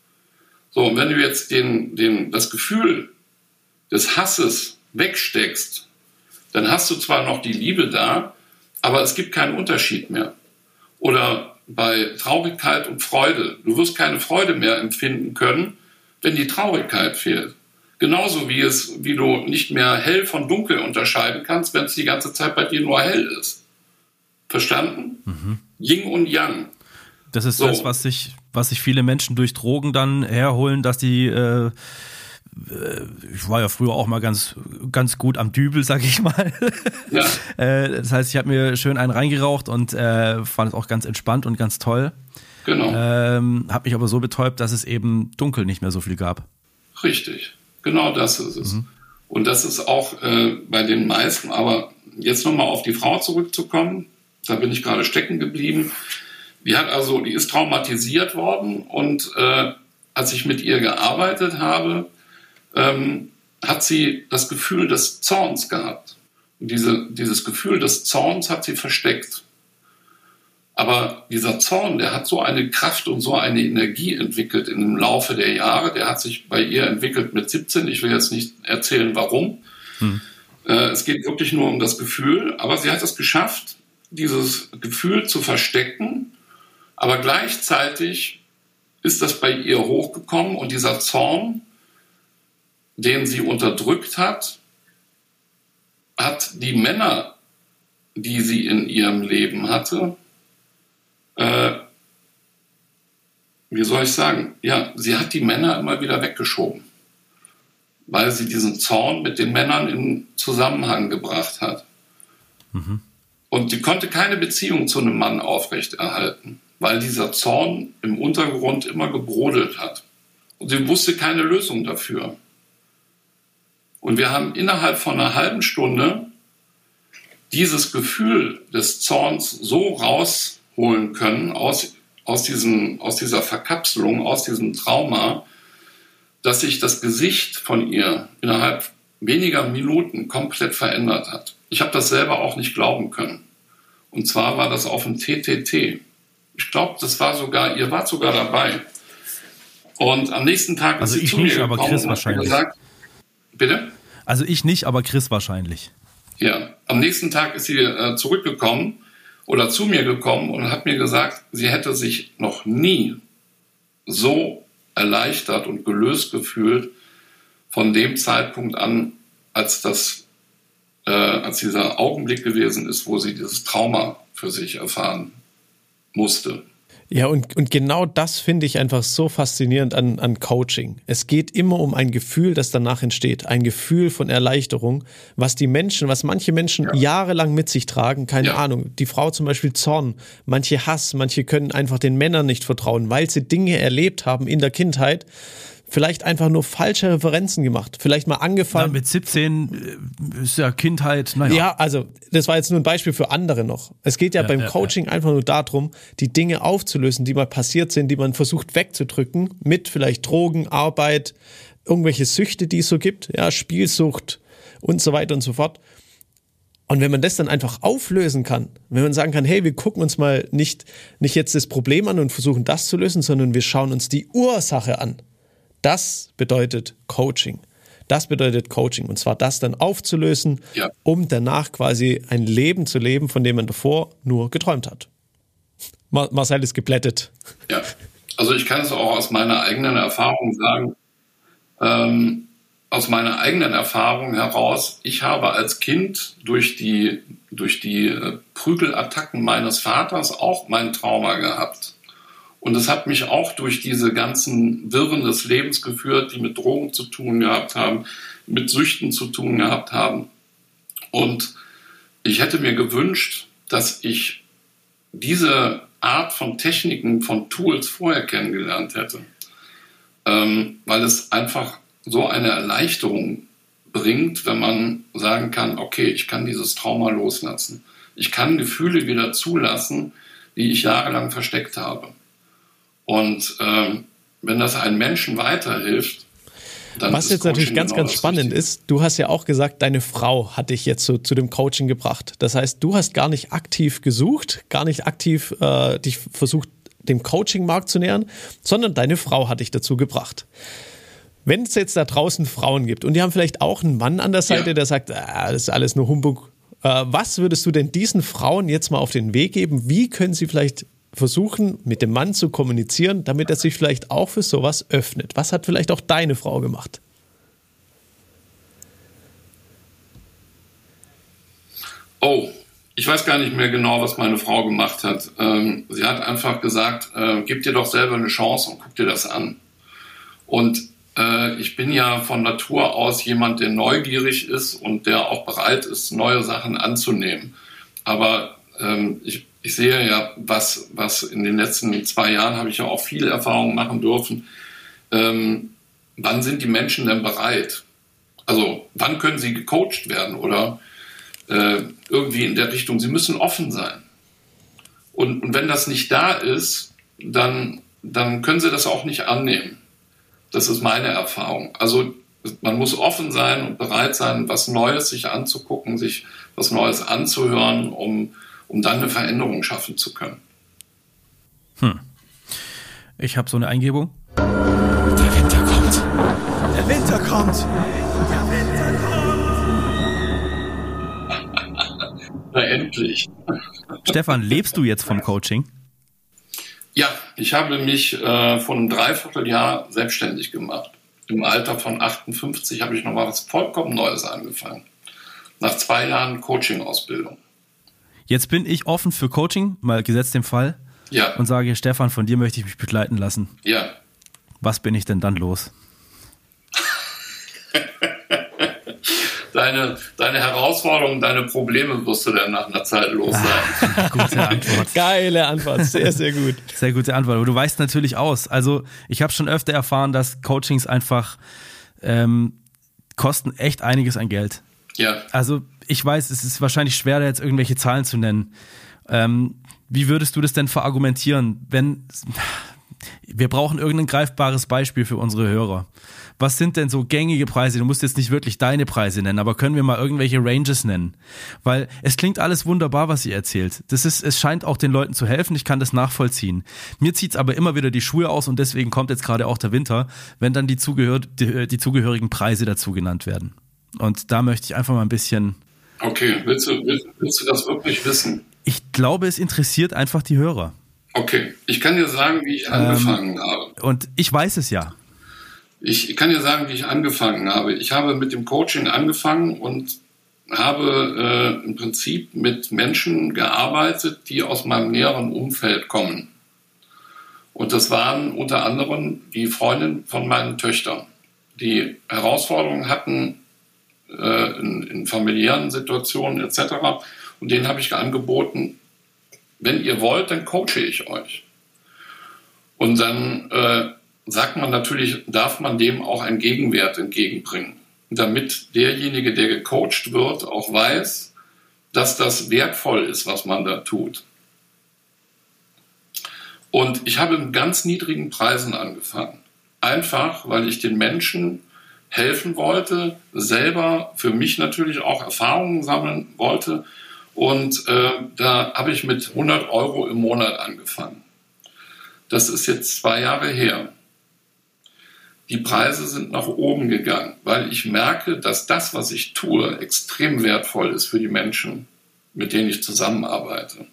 So, und wenn du jetzt den, den, das Gefühl des Hasses wegsteckst, dann hast du zwar noch die Liebe da, aber es gibt keinen Unterschied mehr. Oder bei Traurigkeit und Freude. Du wirst keine Freude mehr empfinden können, wenn die Traurigkeit fehlt. Genauso wie es, wie du nicht mehr hell von dunkel unterscheiden kannst, wenn es die ganze Zeit bei dir nur hell ist. Verstanden? Mhm. Yin und Yang. Das ist so. Das, was sich, was sich viele Menschen durch Drogen dann herholen, dass die, äh, ich war ja früher auch mal ganz, ganz gut am Dübel, sag ich mal. Ja. äh, das heißt, ich habe mir schön einen reingeraucht und äh, fand es auch ganz entspannt und ganz toll. Genau. Ähm, habe mich aber so betäubt, dass es eben dunkel nicht mehr so viel gab. Richtig. Genau das ist es. Mhm. Und das ist auch äh, bei den meisten, aber jetzt nochmal auf die Frau zurückzukommen, da bin ich gerade stecken geblieben. Die hat also, die ist traumatisiert worden und äh, als ich mit ihr gearbeitet habe, ähm, hat sie das Gefühl des Zorns gehabt. Und diese, dieses Gefühl des Zorns hat sie versteckt. Aber dieser Zorn, der hat so eine Kraft und so eine Energie entwickelt im Laufe der Jahre. Der hat sich bei ihr entwickelt mit siebzehn. Ich will jetzt nicht erzählen, warum. Hm. Äh, es geht wirklich nur um das Gefühl. Aber sie hat es geschafft, dieses Gefühl zu verstecken. Aber gleichzeitig ist das bei ihr hochgekommen. Und dieser Zorn, den sie unterdrückt hat, hat die Männer, die sie in ihrem Leben hatte, Äh, wie soll ich sagen? Ja, sie hat die Männer immer wieder weggeschoben, weil sie diesen Zorn mit den Männern in Zusammenhang gebracht hat. Mhm. Und sie konnte keine Beziehung zu einem Mann aufrechterhalten, weil dieser Zorn im Untergrund immer gebrodelt hat. Und sie wusste keine Lösung dafür. Und wir haben innerhalb von einer halben Stunde dieses Gefühl des Zorns so raus holen können aus, aus, diesem, aus dieser Verkapselung, aus diesem Trauma, dass sich das Gesicht von ihr innerhalb weniger Minuten komplett verändert hat. Ich habe das selber auch nicht glauben können. Und zwar war das auf dem T T T. Ich glaube, das war sogar, ihr wart sogar dabei. Und am nächsten Tag also ist sie ich zu nicht, mir aber gekommen Chris und hat mir wahrscheinlich. gesagt, bitte? Also ich nicht, aber Chris wahrscheinlich. Ja, am nächsten Tag ist sie äh, zurückgekommen oder zu mir gekommen und hat mir gesagt, sie hätte sich noch nie so erleichtert und gelöst gefühlt von dem Zeitpunkt an, als das, äh, als dieser Augenblick gewesen ist, wo sie dieses Trauma für sich erfahren musste. Ja, und, und genau das finde ich einfach so faszinierend an, an Coaching. Es geht immer um ein Gefühl, das danach entsteht. Ein Gefühl von Erleichterung, was die Menschen, was manche Menschen ja. jahrelang mit sich tragen. Keine ja. Ahnung. Die Frau zum Beispiel Zorn, manche Hass, manche können einfach den Männern nicht vertrauen, weil sie Dinge erlebt haben in der Kindheit. Vielleicht einfach nur falsche Referenzen gemacht. Vielleicht mal angefangen. Ja, mit siebzehn ist ja Kindheit, naja. Ja, also das war jetzt nur ein Beispiel für andere noch. Es geht ja, ja beim ja, Coaching ja. einfach nur darum, die Dinge aufzulösen, die mal passiert sind, die man versucht wegzudrücken, mit vielleicht Drogen, Arbeit, irgendwelche Süchte, die es so gibt, ja, Spielsucht und so weiter und so fort. Und wenn man das dann einfach auflösen kann, wenn man sagen kann, hey, wir gucken uns mal nicht, nicht jetzt das Problem an und versuchen das zu lösen, sondern wir schauen uns die Ursache an. Das bedeutet Coaching. Das bedeutet Coaching. Und zwar das dann aufzulösen, ja. um danach quasi ein Leben zu leben, von dem man davor nur geträumt hat. Mar- Marcel ist geplättet. Ja, also ich kann es auch aus meiner eigenen Erfahrung sagen. Ähm, aus meiner eigenen Erfahrung heraus, ich habe als Kind durch die, durch die äh, Prügelattacken meines Vaters auch mein Trauma gehabt. Und es hat mich auch durch diese ganzen Wirren des Lebens geführt, die mit Drogen zu tun gehabt haben, mit Süchten zu tun gehabt haben. Und ich hätte mir gewünscht, dass ich diese Art von Techniken, von Tools vorher kennengelernt hätte. Ähm, weil es einfach so eine Erleichterung bringt, wenn man sagen kann, okay, ich kann dieses Trauma loslassen. Ich kann Gefühle wieder zulassen, die ich jahrelang versteckt habe. Und ähm, wenn das einem Menschen weiterhilft, dann was ist jetzt Coaching natürlich ganz, genau ganz spannend Richtige. ist, du hast ja auch gesagt, deine Frau hat dich jetzt so zu dem Coaching gebracht. Das heißt, du hast gar nicht aktiv gesucht, gar nicht aktiv äh, dich versucht, dem Coaching-Markt zu nähern, sondern deine Frau hat dich dazu gebracht. Wenn es jetzt da draußen Frauen gibt und die haben vielleicht auch einen Mann an der Seite, ja. der sagt, ah, das ist alles nur Humbug, äh, was würdest du denn diesen Frauen jetzt mal auf den Weg geben? Wie können sie vielleicht versuchen, mit dem Mann zu kommunizieren, damit er sich vielleicht auch für sowas öffnet? Was hat vielleicht auch deine Frau gemacht? Oh, ich weiß gar nicht mehr genau, was meine Frau gemacht hat. Ähm, sie hat einfach gesagt, äh, gib dir doch selber eine Chance und guck dir das an. Und äh, ich bin ja von Natur aus jemand, der neugierig ist und der auch bereit ist, neue Sachen anzunehmen. Aber ähm, ich Ich sehe ja, was, was in den letzten zwei Jahren habe ich ja auch viele Erfahrungen machen dürfen. Ähm, wann sind die Menschen denn bereit? Also wann können sie gecoacht werden oder äh, irgendwie in der Richtung? Sie müssen offen sein. Und, und wenn das nicht da ist, dann, dann können sie das auch nicht annehmen. Das ist meine Erfahrung. Also man muss offen sein und bereit sein, was Neues sich anzugucken, sich was Neues anzuhören, um um dann eine Veränderung schaffen zu können. Hm. Ich habe so eine Eingebung. Der Winter kommt. Der Winter kommt. Der Winter kommt. Na endlich. Stefan, lebst du jetzt vom Coaching? Ja, ich habe mich äh, vor einem Dreivierteljahr selbstständig gemacht. Im Alter von achtundfünfzig habe ich nochmal was vollkommen Neues angefangen. Nach zwei Jahren Coaching-Ausbildung. Jetzt bin ich offen für Coaching, mal gesetzt dem Fall, ja. und sage, Stefan, von dir möchte ich mich begleiten lassen. Ja. Was bin ich denn dann los? deine, deine Herausforderungen, deine Probleme wirst du dann nach einer Zeit los sein. Ah, gute Antwort. Geile Antwort, sehr, sehr gut. Sehr gute Antwort, aber du weißt natürlich aus. Also ich habe schon öfter erfahren, dass Coachings einfach ähm, kosten echt einiges an Geld. Ja. Also ich weiß, es ist wahrscheinlich schwer, da jetzt irgendwelche Zahlen zu nennen. Ähm, wie würdest du das denn verargumentieren, wenn, Wir brauchen irgendein greifbares Beispiel für unsere Hörer. Was sind denn so gängige Preise? Du musst jetzt nicht wirklich deine Preise nennen, aber können wir mal irgendwelche Ranges nennen? Weil es klingt alles wunderbar, was ihr erzählt. Das ist, es scheint auch den Leuten zu helfen, ich kann das nachvollziehen. Mir zieht's aber immer wieder die Schuhe aus und deswegen kommt jetzt gerade auch der Winter, wenn dann die, zugehör- die, die zugehörigen Preise dazu genannt werden. Und da möchte ich einfach mal ein bisschen... Okay, willst du, willst, willst du das wirklich wissen? Ich glaube, es interessiert einfach die Hörer. Okay, ich kann dir sagen, wie ich angefangen ähm, habe. Und ich weiß es ja. Ich kann dir sagen, wie ich angefangen habe. Ich habe mit dem Coaching angefangen und habe äh, im Prinzip mit Menschen gearbeitet, die aus meinem näheren Umfeld kommen. Und das waren unter anderem die Freundinnen von meinen Töchtern, die Herausforderungen hatten äh, in, in familiären Situationen et cetera. Und denen habe ich angeboten, wenn ihr wollt, dann coache ich euch. Und dann äh, sagt man natürlich, darf man dem auch einen Gegenwert entgegenbringen, damit derjenige, der gecoacht wird, auch weiß, dass das wertvoll ist, was man da tut. Und ich habe mit ganz niedrigen Preisen angefangen. Einfach, weil ich den Menschen helfen wollte, selber für mich natürlich auch Erfahrungen sammeln wollte. Und äh, da habe ich mit hundert Euro im Monat angefangen. Das ist jetzt zwei Jahre her. Die Preise sind nach oben gegangen, weil ich merke, dass das, was ich tue, extrem wertvoll ist für die Menschen, mit denen ich zusammenarbeite.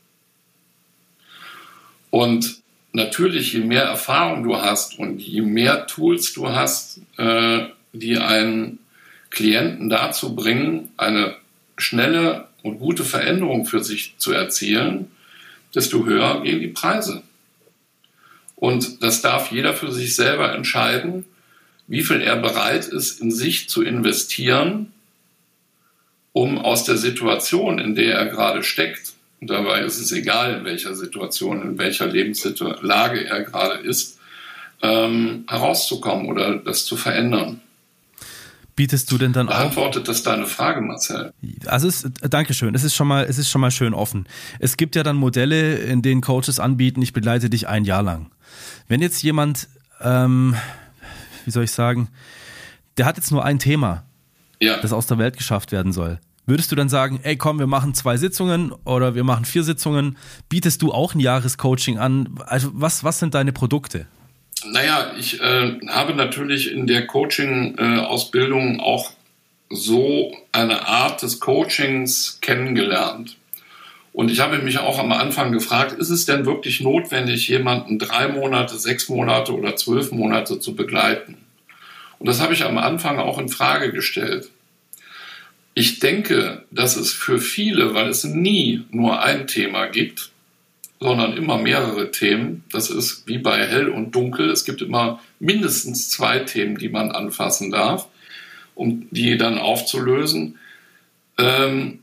Und natürlich, je mehr Erfahrung du hast und je mehr Tools du hast, äh, die einen Klienten dazu bringen, eine schnelle und gute Veränderung für sich zu erzielen, desto höher gehen die Preise. Und das darf jeder für sich selber entscheiden, wie viel er bereit ist, in sich zu investieren, um aus der Situation, in der er gerade steckt, und dabei ist es egal, in welcher Situation, in welcher Lebenslage er gerade ist, ähm, herauszukommen oder das zu verändern. Bietest du denn dann auch? Beantwortet das deine Frage, Marcel? Also es, Dankeschön, es ist schon mal, es ist schon mal schön offen. Es gibt ja dann Modelle, in denen Coaches anbieten, ich begleite dich ein Jahr lang. Wenn jetzt jemand, ähm, wie soll ich sagen, der hat jetzt nur ein Thema, ja, das aus der Welt geschafft werden soll. Würdest du dann sagen, ey komm, wir machen zwei Sitzungen oder wir machen vier Sitzungen? Bietest du auch ein Jahrescoaching an? Also was, was sind deine Produkte? Naja, ich äh, habe natürlich in der Coaching-Ausbildung äh, auch so eine Art des Coachings kennengelernt. Und ich habe mich auch am Anfang gefragt, ist es denn wirklich notwendig, jemanden drei Monate, sechs Monate oder zwölf Monate zu begleiten? Und das habe ich am Anfang auch in Frage gestellt. Ich denke, dass es für viele, weil es nie nur ein Thema gibt, sondern immer mehrere Themen. Das ist wie bei Hell und Dunkel. Es gibt immer mindestens zwei Themen, die man anfassen darf, um die dann aufzulösen. Ähm,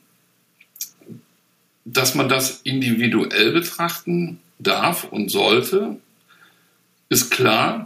dass man das individuell betrachten darf und sollte, ist klar.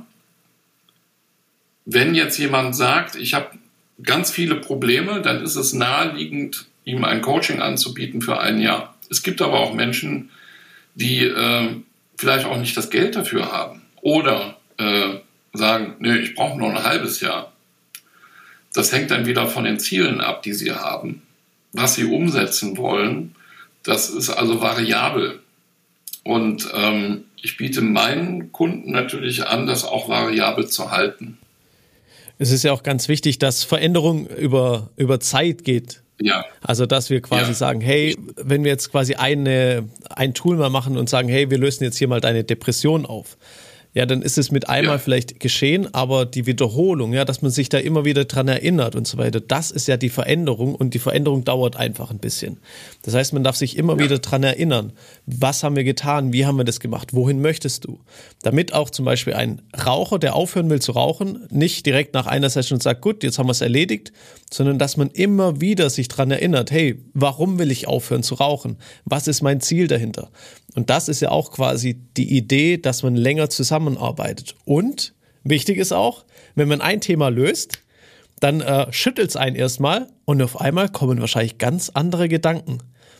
Wenn jetzt jemand sagt, ich habe ganz viele Probleme, dann ist es naheliegend, ihm ein Coaching anzubieten für ein Jahr. Es gibt aber auch Menschen, die äh, vielleicht auch nicht das Geld dafür haben oder äh, sagen, nö, ich brauche nur ein halbes Jahr. Das hängt dann wieder von den Zielen ab, die sie haben, was sie umsetzen wollen. Das ist also variabel. Und ähm, ich biete meinen Kunden natürlich an, das auch variabel zu halten. Es ist ja auch ganz wichtig, dass Veränderung über, über Zeit geht. Ja. Also, dass wir quasi ja. sagen, hey, wenn wir jetzt quasi eine, ein Tool mal machen und sagen, hey, wir lösen jetzt hier mal deine Depression auf. Ja, dann ist es mit einmal ja. vielleicht geschehen, aber die Wiederholung, ja, dass man sich da immer wieder dran erinnert und so weiter, das ist ja die Veränderung und die Veränderung dauert einfach ein bisschen. Das heißt, man darf sich immer ja. wieder dran erinnern, was haben wir getan, wie haben wir das gemacht, wohin möchtest du? Damit auch zum Beispiel ein Raucher, der aufhören will zu rauchen, nicht direkt nach einer Session sagt, gut, jetzt haben wir es erledigt, sondern dass man immer wieder sich dran erinnert, hey, warum will ich aufhören zu rauchen? Was ist mein Ziel dahinter? Und das ist ja auch quasi die Idee, dass man länger zusammenarbeitet. Und wichtig ist auch, wenn man ein Thema löst, dann äh, schüttelt es einen erstmal und auf einmal kommen wahrscheinlich ganz andere Gedanken.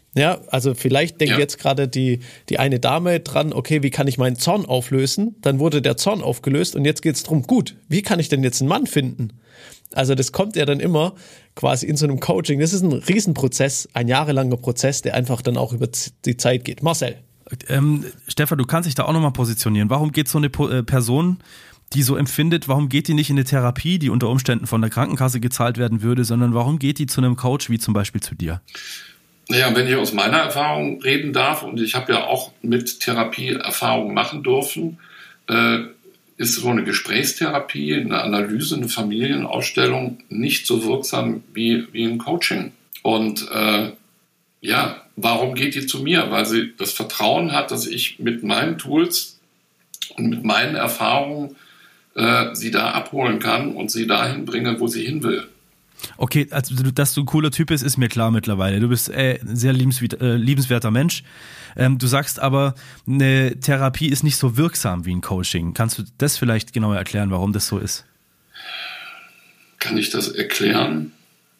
Ja, also vielleicht denkt Ja. jetzt gerade die, die eine Dame dran, okay, wie kann ich meinen Zorn auflösen? Dann wurde der Zorn aufgelöst und jetzt geht's drum, gut, wie kann ich denn jetzt einen Mann finden? Also das kommt ja dann immer quasi in so einem Coaching. Das ist ein Riesenprozess, ein jahrelanger Prozess, der einfach dann auch über die Zeit geht. Marcel. Ähm, Stefan, du kannst dich da auch nochmal positionieren. Warum geht so eine po- äh, Person, die so empfindet, warum geht die nicht in eine Therapie, die unter Umständen von der Krankenkasse gezahlt werden würde, sondern warum geht die zu einem Coach wie zum Beispiel zu dir? Naja, wenn ich aus meiner Erfahrung reden darf, und ich habe ja auch mit Therapie Erfahrungen machen dürfen, äh, ist so eine Gesprächstherapie, eine Analyse, eine Familienausstellung nicht so wirksam wie, wie ein Coaching. Und äh, ja, warum geht die zu mir? Weil sie das Vertrauen hat, dass ich mit meinen Tools und mit meinen Erfahrungen äh, sie da abholen kann und sie dahin bringe, wo sie hin will. Okay, also dass du ein cooler Typ bist, ist mir klar mittlerweile. Du bist äh, ein sehr liebenswert, äh, liebenswerter Mensch. Ähm, du sagst aber, eine Therapie ist nicht so wirksam wie ein Coaching. Kannst du das vielleicht genauer erklären, warum das so ist? Kann ich das erklären?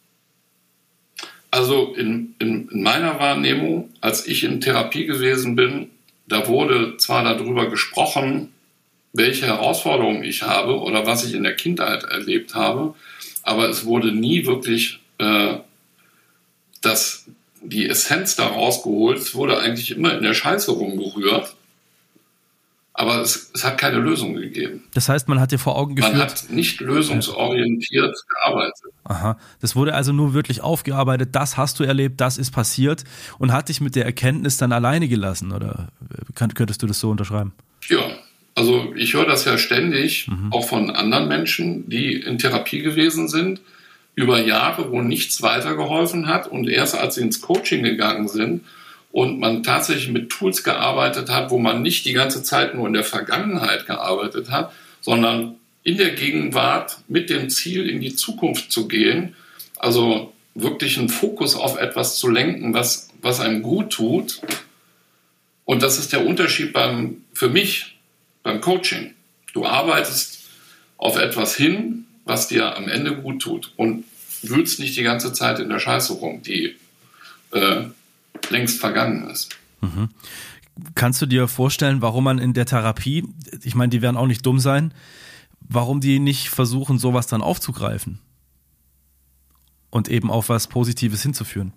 Also in, in, in meiner Wahrnehmung, als ich in Therapie gewesen bin, da wurde zwar darüber gesprochen, welche Herausforderungen ich habe oder was ich in der Kindheit erlebt habe, aber es wurde nie wirklich äh, das, die Essenz daraus geholt. Es wurde eigentlich immer in der Scheiße rumgerührt, aber es, es hat keine Lösung gegeben. Das heißt, man hat dir vor Augen geführt... Man hat nicht lösungsorientiert gearbeitet. Aha, das wurde also nur wirklich aufgearbeitet, das hast du erlebt, das ist passiert und hat dich mit der Erkenntnis dann alleine gelassen, oder könntest du das so unterschreiben? Ja, also ich höre das ja ständig, mhm. auch von anderen Menschen, die in Therapie gewesen sind, über Jahre, wo nichts weitergeholfen hat und erst als sie ins Coaching gegangen sind und man tatsächlich mit Tools gearbeitet hat, wo man nicht die ganze Zeit nur in der Vergangenheit gearbeitet hat, sondern in der Gegenwart mit dem Ziel, in die Zukunft zu gehen, also wirklich einen Fokus auf etwas zu lenken, was, was einem gut tut. Und das ist der Unterschied beim, für mich beim Coaching. Du arbeitest auf etwas hin, was dir am Ende gut tut und wühlst nicht die ganze Zeit in der Scheiße rum, die äh, längst vergangen ist. Mhm. Kannst du dir vorstellen, warum man in der Therapie, ich meine, die werden auch nicht dumm sein, warum die nicht versuchen, sowas dann aufzugreifen und eben auf was Positives hinzuführen?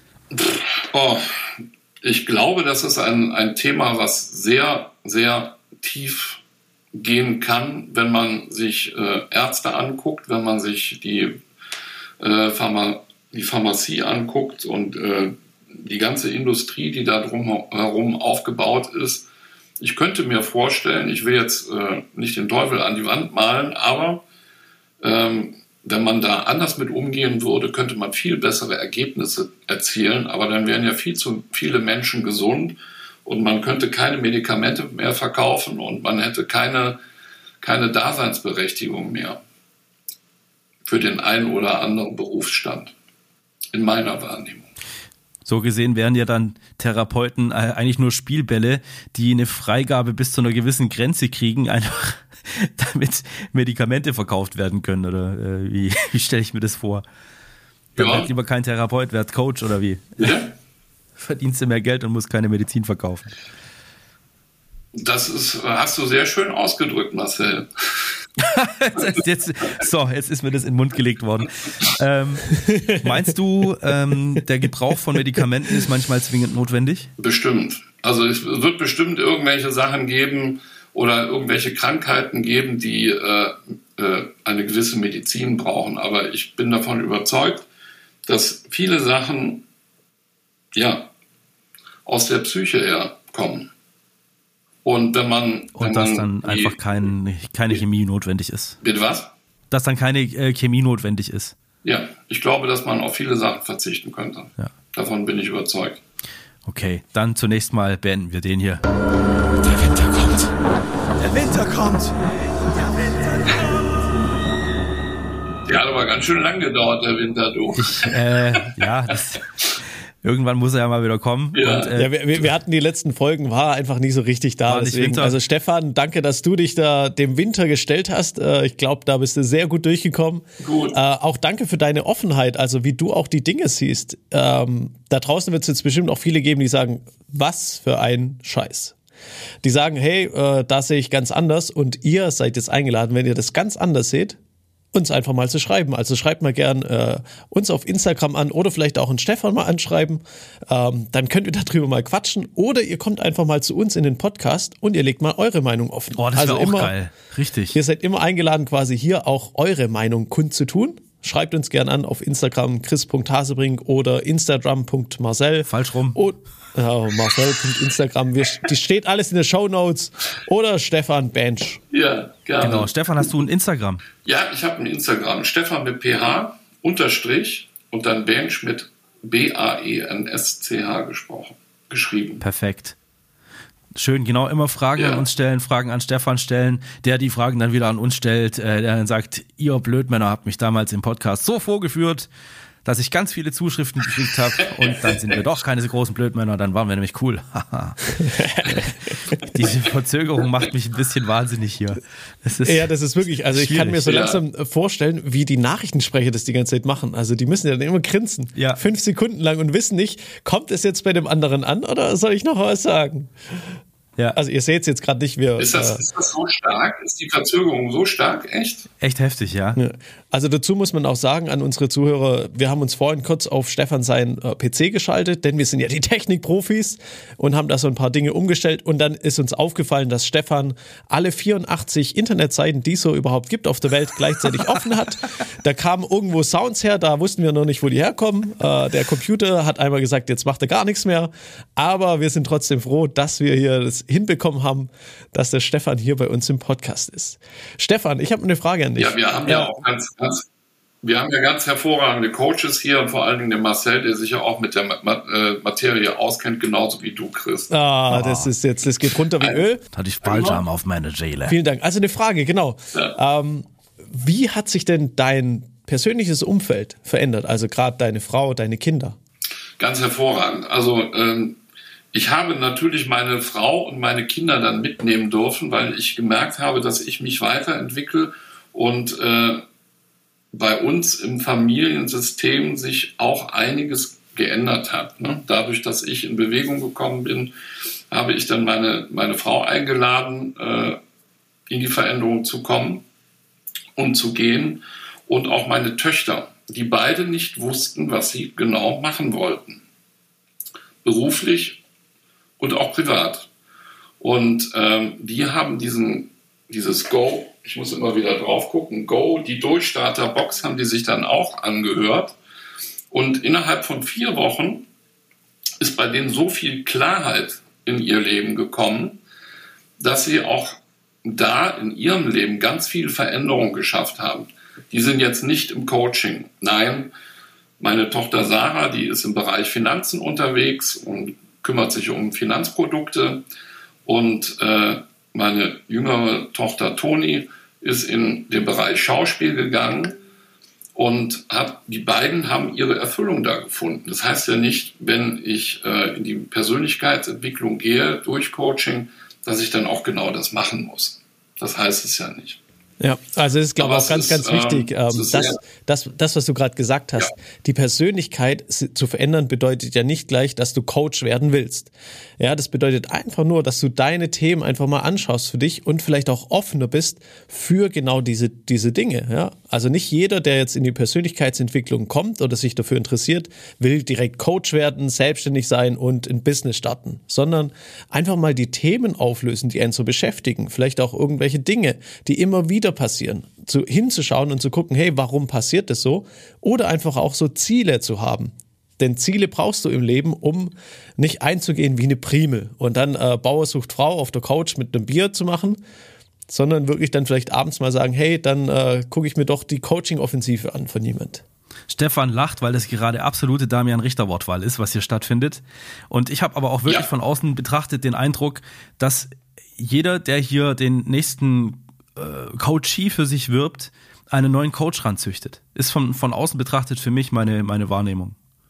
Oh, ich glaube, das ist ein, ein Thema, was sehr, sehr tief gehen kann, wenn man sich äh, Ärzte anguckt, wenn man sich die, äh, Pharma, die Pharmazie anguckt und äh, die ganze Industrie, die da drumherum aufgebaut ist. Ich könnte mir vorstellen, ich will jetzt äh, nicht den Teufel an die Wand malen, aber ähm, wenn man da anders mit umgehen würde, könnte man viel bessere Ergebnisse erzielen, aber dann wären ja viel zu viele Menschen gesund und man könnte keine Medikamente mehr verkaufen und man hätte keine, keine Daseinsberechtigung mehr für den einen oder anderen Berufsstand, in meiner Wahrnehmung. So gesehen wären ja dann Therapeuten eigentlich nur Spielbälle, die eine Freigabe bis zu einer gewissen Grenze kriegen, einfach damit Medikamente verkauft werden können, oder äh, wie, wie stelle ich mir das vor? Dann Ja. wird lieber kein Therapeut, wird Coach oder wie? Ja. Verdienst du mehr Geld und musst keine Medizin verkaufen. Das ist, hast du sehr schön ausgedrückt, Marcel. jetzt, jetzt, so, jetzt ist mir das in den Mund gelegt worden. Ähm, meinst du, ähm, der Gebrauch von Medikamenten ist manchmal zwingend notwendig? Bestimmt. Also es wird bestimmt irgendwelche Sachen geben oder irgendwelche Krankheiten geben, die äh, äh, eine gewisse Medizin brauchen. Aber ich bin davon überzeugt, dass viele Sachen ja aus der Psyche herkommen. Und wenn man Und wenn dass man dann die, einfach kein, keine Chemie notwendig ist. Bitte was? Dass dann keine äh, Chemie notwendig ist. Ja, ich glaube, dass man auf viele Sachen verzichten könnte. Ja. Davon bin ich überzeugt. Okay, dann zunächst mal beenden wir den hier. Der Winter kommt. Der Winter kommt. Der Winter kommt. Der hat aber ganz schön lang gedauert, der Winter, du. Äh, ja, das, Irgendwann muss er ja mal wieder kommen. Ja, und, äh, ja wir, wir hatten die letzten Folgen, war einfach nie so richtig da. War nicht Deswegen, Winter. also Stefan, danke, dass du dich da dem Winter gestellt hast. Äh, ich glaube, da bist du sehr gut durchgekommen. Gut. Äh, auch danke für deine Offenheit, also wie du auch die Dinge siehst. Ähm, da draußen wird es jetzt bestimmt auch viele geben, die sagen, was für ein Scheiß. Die sagen, hey, äh, da sehe ich ganz anders und ihr seid jetzt eingeladen, wenn ihr das ganz anders seht, uns einfach mal zu schreiben. Also schreibt mal gern äh, uns auf Instagram an oder vielleicht auch einen Stefan mal anschreiben. Ähm, dann könnt ihr darüber mal quatschen oder ihr kommt einfach mal zu uns in den Podcast und ihr legt mal eure Meinung offen. oh, das also wäre auch immer, geil. Richtig. Ihr seid immer eingeladen, quasi hier auch eure Meinung kundzutun. Schreibt uns gern an auf Instagram chris punkt hasebrink oder instagram punkt marcel. Falsch rum. Und, ja, marcel punkt instagram. Wir, die steht alles in den Shownotes. Oder Stefan Bench. Ja, gerne. Genau. Stefan, hast du ein Instagram? Ja, ich habe ein Instagram. Stefan mit P H, Unterstrich und dann Bench mit B A E N S C H gesprochen, geschrieben. Perfekt. Schön, genau, immer Fragen Ja. an uns stellen, Fragen an Stefan stellen, der die Fragen dann wieder an uns stellt, äh, der dann sagt, ihr Blödmänner habt mich damals im Podcast so vorgeführt, dass ich ganz viele Zuschriften gekriegt habe und dann sind wir doch keine so großen Blödmänner, dann waren wir nämlich cool. Diese Verzögerung macht mich ein bisschen wahnsinnig hier. Das ist Ja, das ist wirklich, also ich kann mir so Ja. langsam vorstellen, wie die Nachrichtensprecher das die ganze Zeit machen. Also die müssen ja dann immer grinsen. Ja. Fünf Sekunden lang und wissen nicht, kommt es jetzt bei dem anderen an oder soll ich noch was sagen? ja, Also ihr seht es jetzt gerade nicht, wir... Ist das, äh, ist das so stark? Ist die Verzögerung so stark? Echt? echt heftig, ja. Ja. Also dazu muss man auch sagen an unsere Zuhörer, wir haben uns vorhin kurz auf Stefan sein äh, P C geschaltet, denn wir sind ja die Technikprofis und haben da so ein paar Dinge umgestellt und dann ist uns aufgefallen, dass Stefan alle vierundachtzig Internetseiten, die es so überhaupt gibt auf der Welt, gleichzeitig offen hat. Da kamen irgendwo Sounds her, da wussten wir noch nicht, wo die herkommen. Äh, der Computer hat einmal gesagt, jetzt macht er gar nichts mehr, aber wir sind trotzdem froh, dass wir hier das hinbekommen haben, dass der Stefan hier bei uns im Podcast ist. Stefan, ich habe eine Frage an dich. Ja, wir haben ja, auch ganz, ganz, wir haben ja ganz hervorragende Coaches hier und vor allen Dingen den Marcel, der sich ja auch mit der Ma- äh, Materie auskennt, genauso wie du, Chris. Ah, das ist jetzt, das geht runter wie Öl. Da hatte ich Balsam auf meine Seele. Vielen Dank. Also eine Frage, genau. Ja. Ähm, wie hat sich denn dein persönliches Umfeld verändert? Also gerade deine Frau, deine Kinder? Ganz hervorragend. Also ähm, ich habe natürlich meine Frau und meine Kinder dann mitnehmen dürfen, weil ich gemerkt habe, dass ich mich weiterentwickle und äh, bei uns im Familiensystem sich auch einiges geändert hat. Ne? Dadurch, dass ich in Bewegung gekommen bin, habe ich dann meine, meine Frau eingeladen, äh, in die Veränderung zu kommen und zu gehen. Und auch meine Töchter, die beide nicht wussten, was sie genau machen wollten. Beruflich und auch privat. Und ähm, die haben diesen, dieses Go, ich muss immer wieder drauf gucken, Go, die Durchstarter-Box haben die sich dann auch angehört. Und innerhalb von vier Wochen ist bei denen so viel Klarheit in ihr Leben gekommen, dass sie auch da in ihrem Leben ganz viel Veränderung geschafft haben. Die sind jetzt nicht im Coaching. Nein, meine Tochter Sarah, die ist im Bereich Finanzen unterwegs und kümmert sich um Finanzprodukte. Und äh, meine jüngere Tochter Toni ist in den Bereich Schauspiel gegangen und hat, die beiden haben ihre Erfüllung da gefunden. Das heißt ja nicht, wenn ich äh, in die Persönlichkeitsentwicklung gehe durch Coaching, dass ich dann auch genau das machen muss. Das heißt es ja nicht. Ja, also es ist, glaube ich, auch ganz, ist, ganz wichtig, ähm, ähm, es ist das, sehr- das, das, was du gerade gesagt hast, Ja. die Persönlichkeit si- zu verändern, bedeutet ja nicht gleich, dass du Coach werden willst. Ja, das bedeutet einfach nur, dass du deine Themen einfach mal anschaust für dich und vielleicht auch offener bist für genau diese, diese Dinge. Ja, also nicht jeder, der jetzt in die Persönlichkeitsentwicklung kommt oder sich dafür interessiert, will direkt Coach werden, selbstständig sein und ein Business starten, sondern einfach mal die Themen auflösen, die einen so beschäftigen. Vielleicht auch irgendwelche Dinge, die immer wieder passieren, zu, hinzuschauen und zu gucken, hey, warum passiert das so? Oder einfach auch so Ziele zu haben. Denn Ziele brauchst du im Leben, um nicht einzugehen wie eine Primel und dann äh, Bauer sucht Frau auf der Couch mit einem Bier zu machen, sondern wirklich dann vielleicht abends mal sagen, hey, dann äh, gucke ich mir doch die Coaching-Offensive an von jemand. Stefan lacht, weil das gerade absolute Damian-Richter-Wortwahl ist, was hier stattfindet. Und ich habe aber auch wirklich Ja. von außen betrachtet den Eindruck, dass jeder, der hier den nächsten äh, Coachee für sich wirbt, einen neuen Coach ranzüchtet. Ist von, von außen betrachtet für mich meine, meine Wahrnehmung.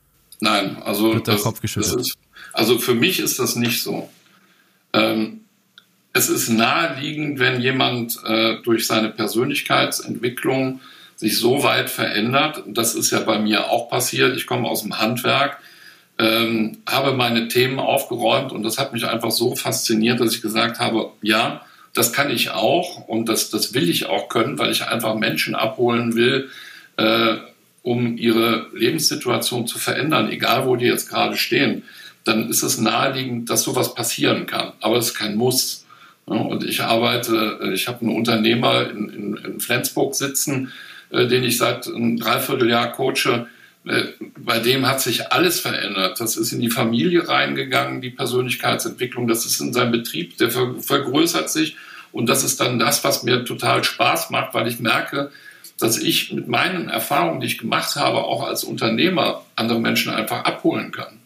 Nein, also, Wird der das, Kopf geschüttelt. das ist, also für mich ist das nicht so. Ähm, es ist naheliegend, wenn jemand äh, durch seine Persönlichkeitsentwicklung sich so weit verändert, das ist ja bei mir auch passiert, ich komme aus dem Handwerk, ähm, habe meine Themen aufgeräumt und das hat mich einfach so fasziniert, dass ich gesagt habe, ja, das kann ich auch und das, das will ich auch können, weil ich einfach Menschen abholen will, äh, um ihre Lebenssituation zu verändern, egal wo die jetzt gerade stehen. Dann ist es naheliegend, dass sowas passieren kann. Aber es ist kein Muss. Und ich arbeite, ich habe einen Unternehmer in, in, in Flensburg sitzen, den ich seit einem Dreivierteljahr coache. Bei dem hat sich alles verändert. Das ist in die Familie reingegangen, die Persönlichkeitsentwicklung. Das ist in seinem Betrieb, der vergrößert sich. Und das ist dann das, was mir total Spaß macht, weil ich merke, dass ich mit meinen Erfahrungen, die ich gemacht habe, auch als Unternehmer andere Menschen einfach abholen kann.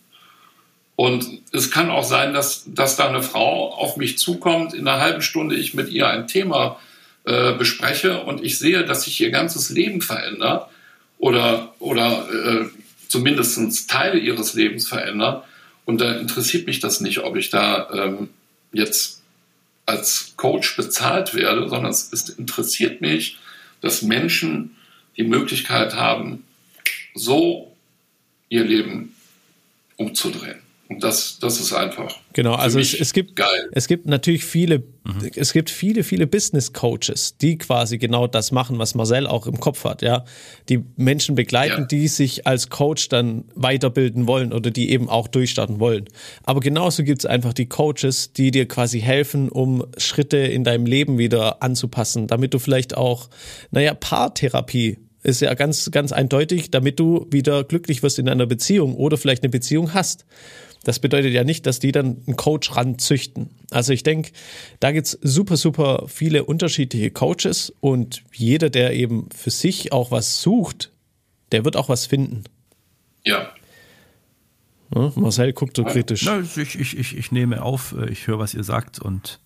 Und es kann auch sein, dass, dass da eine Frau auf mich zukommt, in einer halben Stunde ich mit ihr ein Thema äh, bespreche und ich sehe, dass sich ihr ganzes Leben verändert oder, oder äh, zumindest Teile ihres Lebens verändern. Und da interessiert mich das nicht, ob ich da ähm, jetzt als Coach bezahlt werde, sondern es, es interessiert mich, dass Menschen die Möglichkeit haben, so ihr Leben umzudrehen. Und das, das ist einfach. Genau, also es, es gibt geil. Es gibt natürlich viele, mhm. es gibt viele, viele Business Coaches, die quasi genau das machen, was Marcel auch im Kopf hat, ja. Die Menschen begleiten, ja. die sich als Coach dann weiterbilden wollen oder die eben auch durchstarten wollen. Aber genauso gibt es einfach die Coaches, die dir quasi helfen, um Schritte in deinem Leben wieder anzupassen, damit du vielleicht auch, naja, Paartherapie ist ja ganz, ganz eindeutig, damit du wieder glücklich wirst in einer Beziehung oder vielleicht eine Beziehung hast. Das bedeutet ja nicht, dass die dann einen Coach ranzüchten. Also ich denke, da gibt's super, super viele unterschiedliche Coaches und jeder, der eben für sich auch was sucht, der wird auch was finden. Ja. Ja, Marcel guckt so kritisch. Na, ich, ich, ich, ich nehme auf, ich höre, was ihr sagt und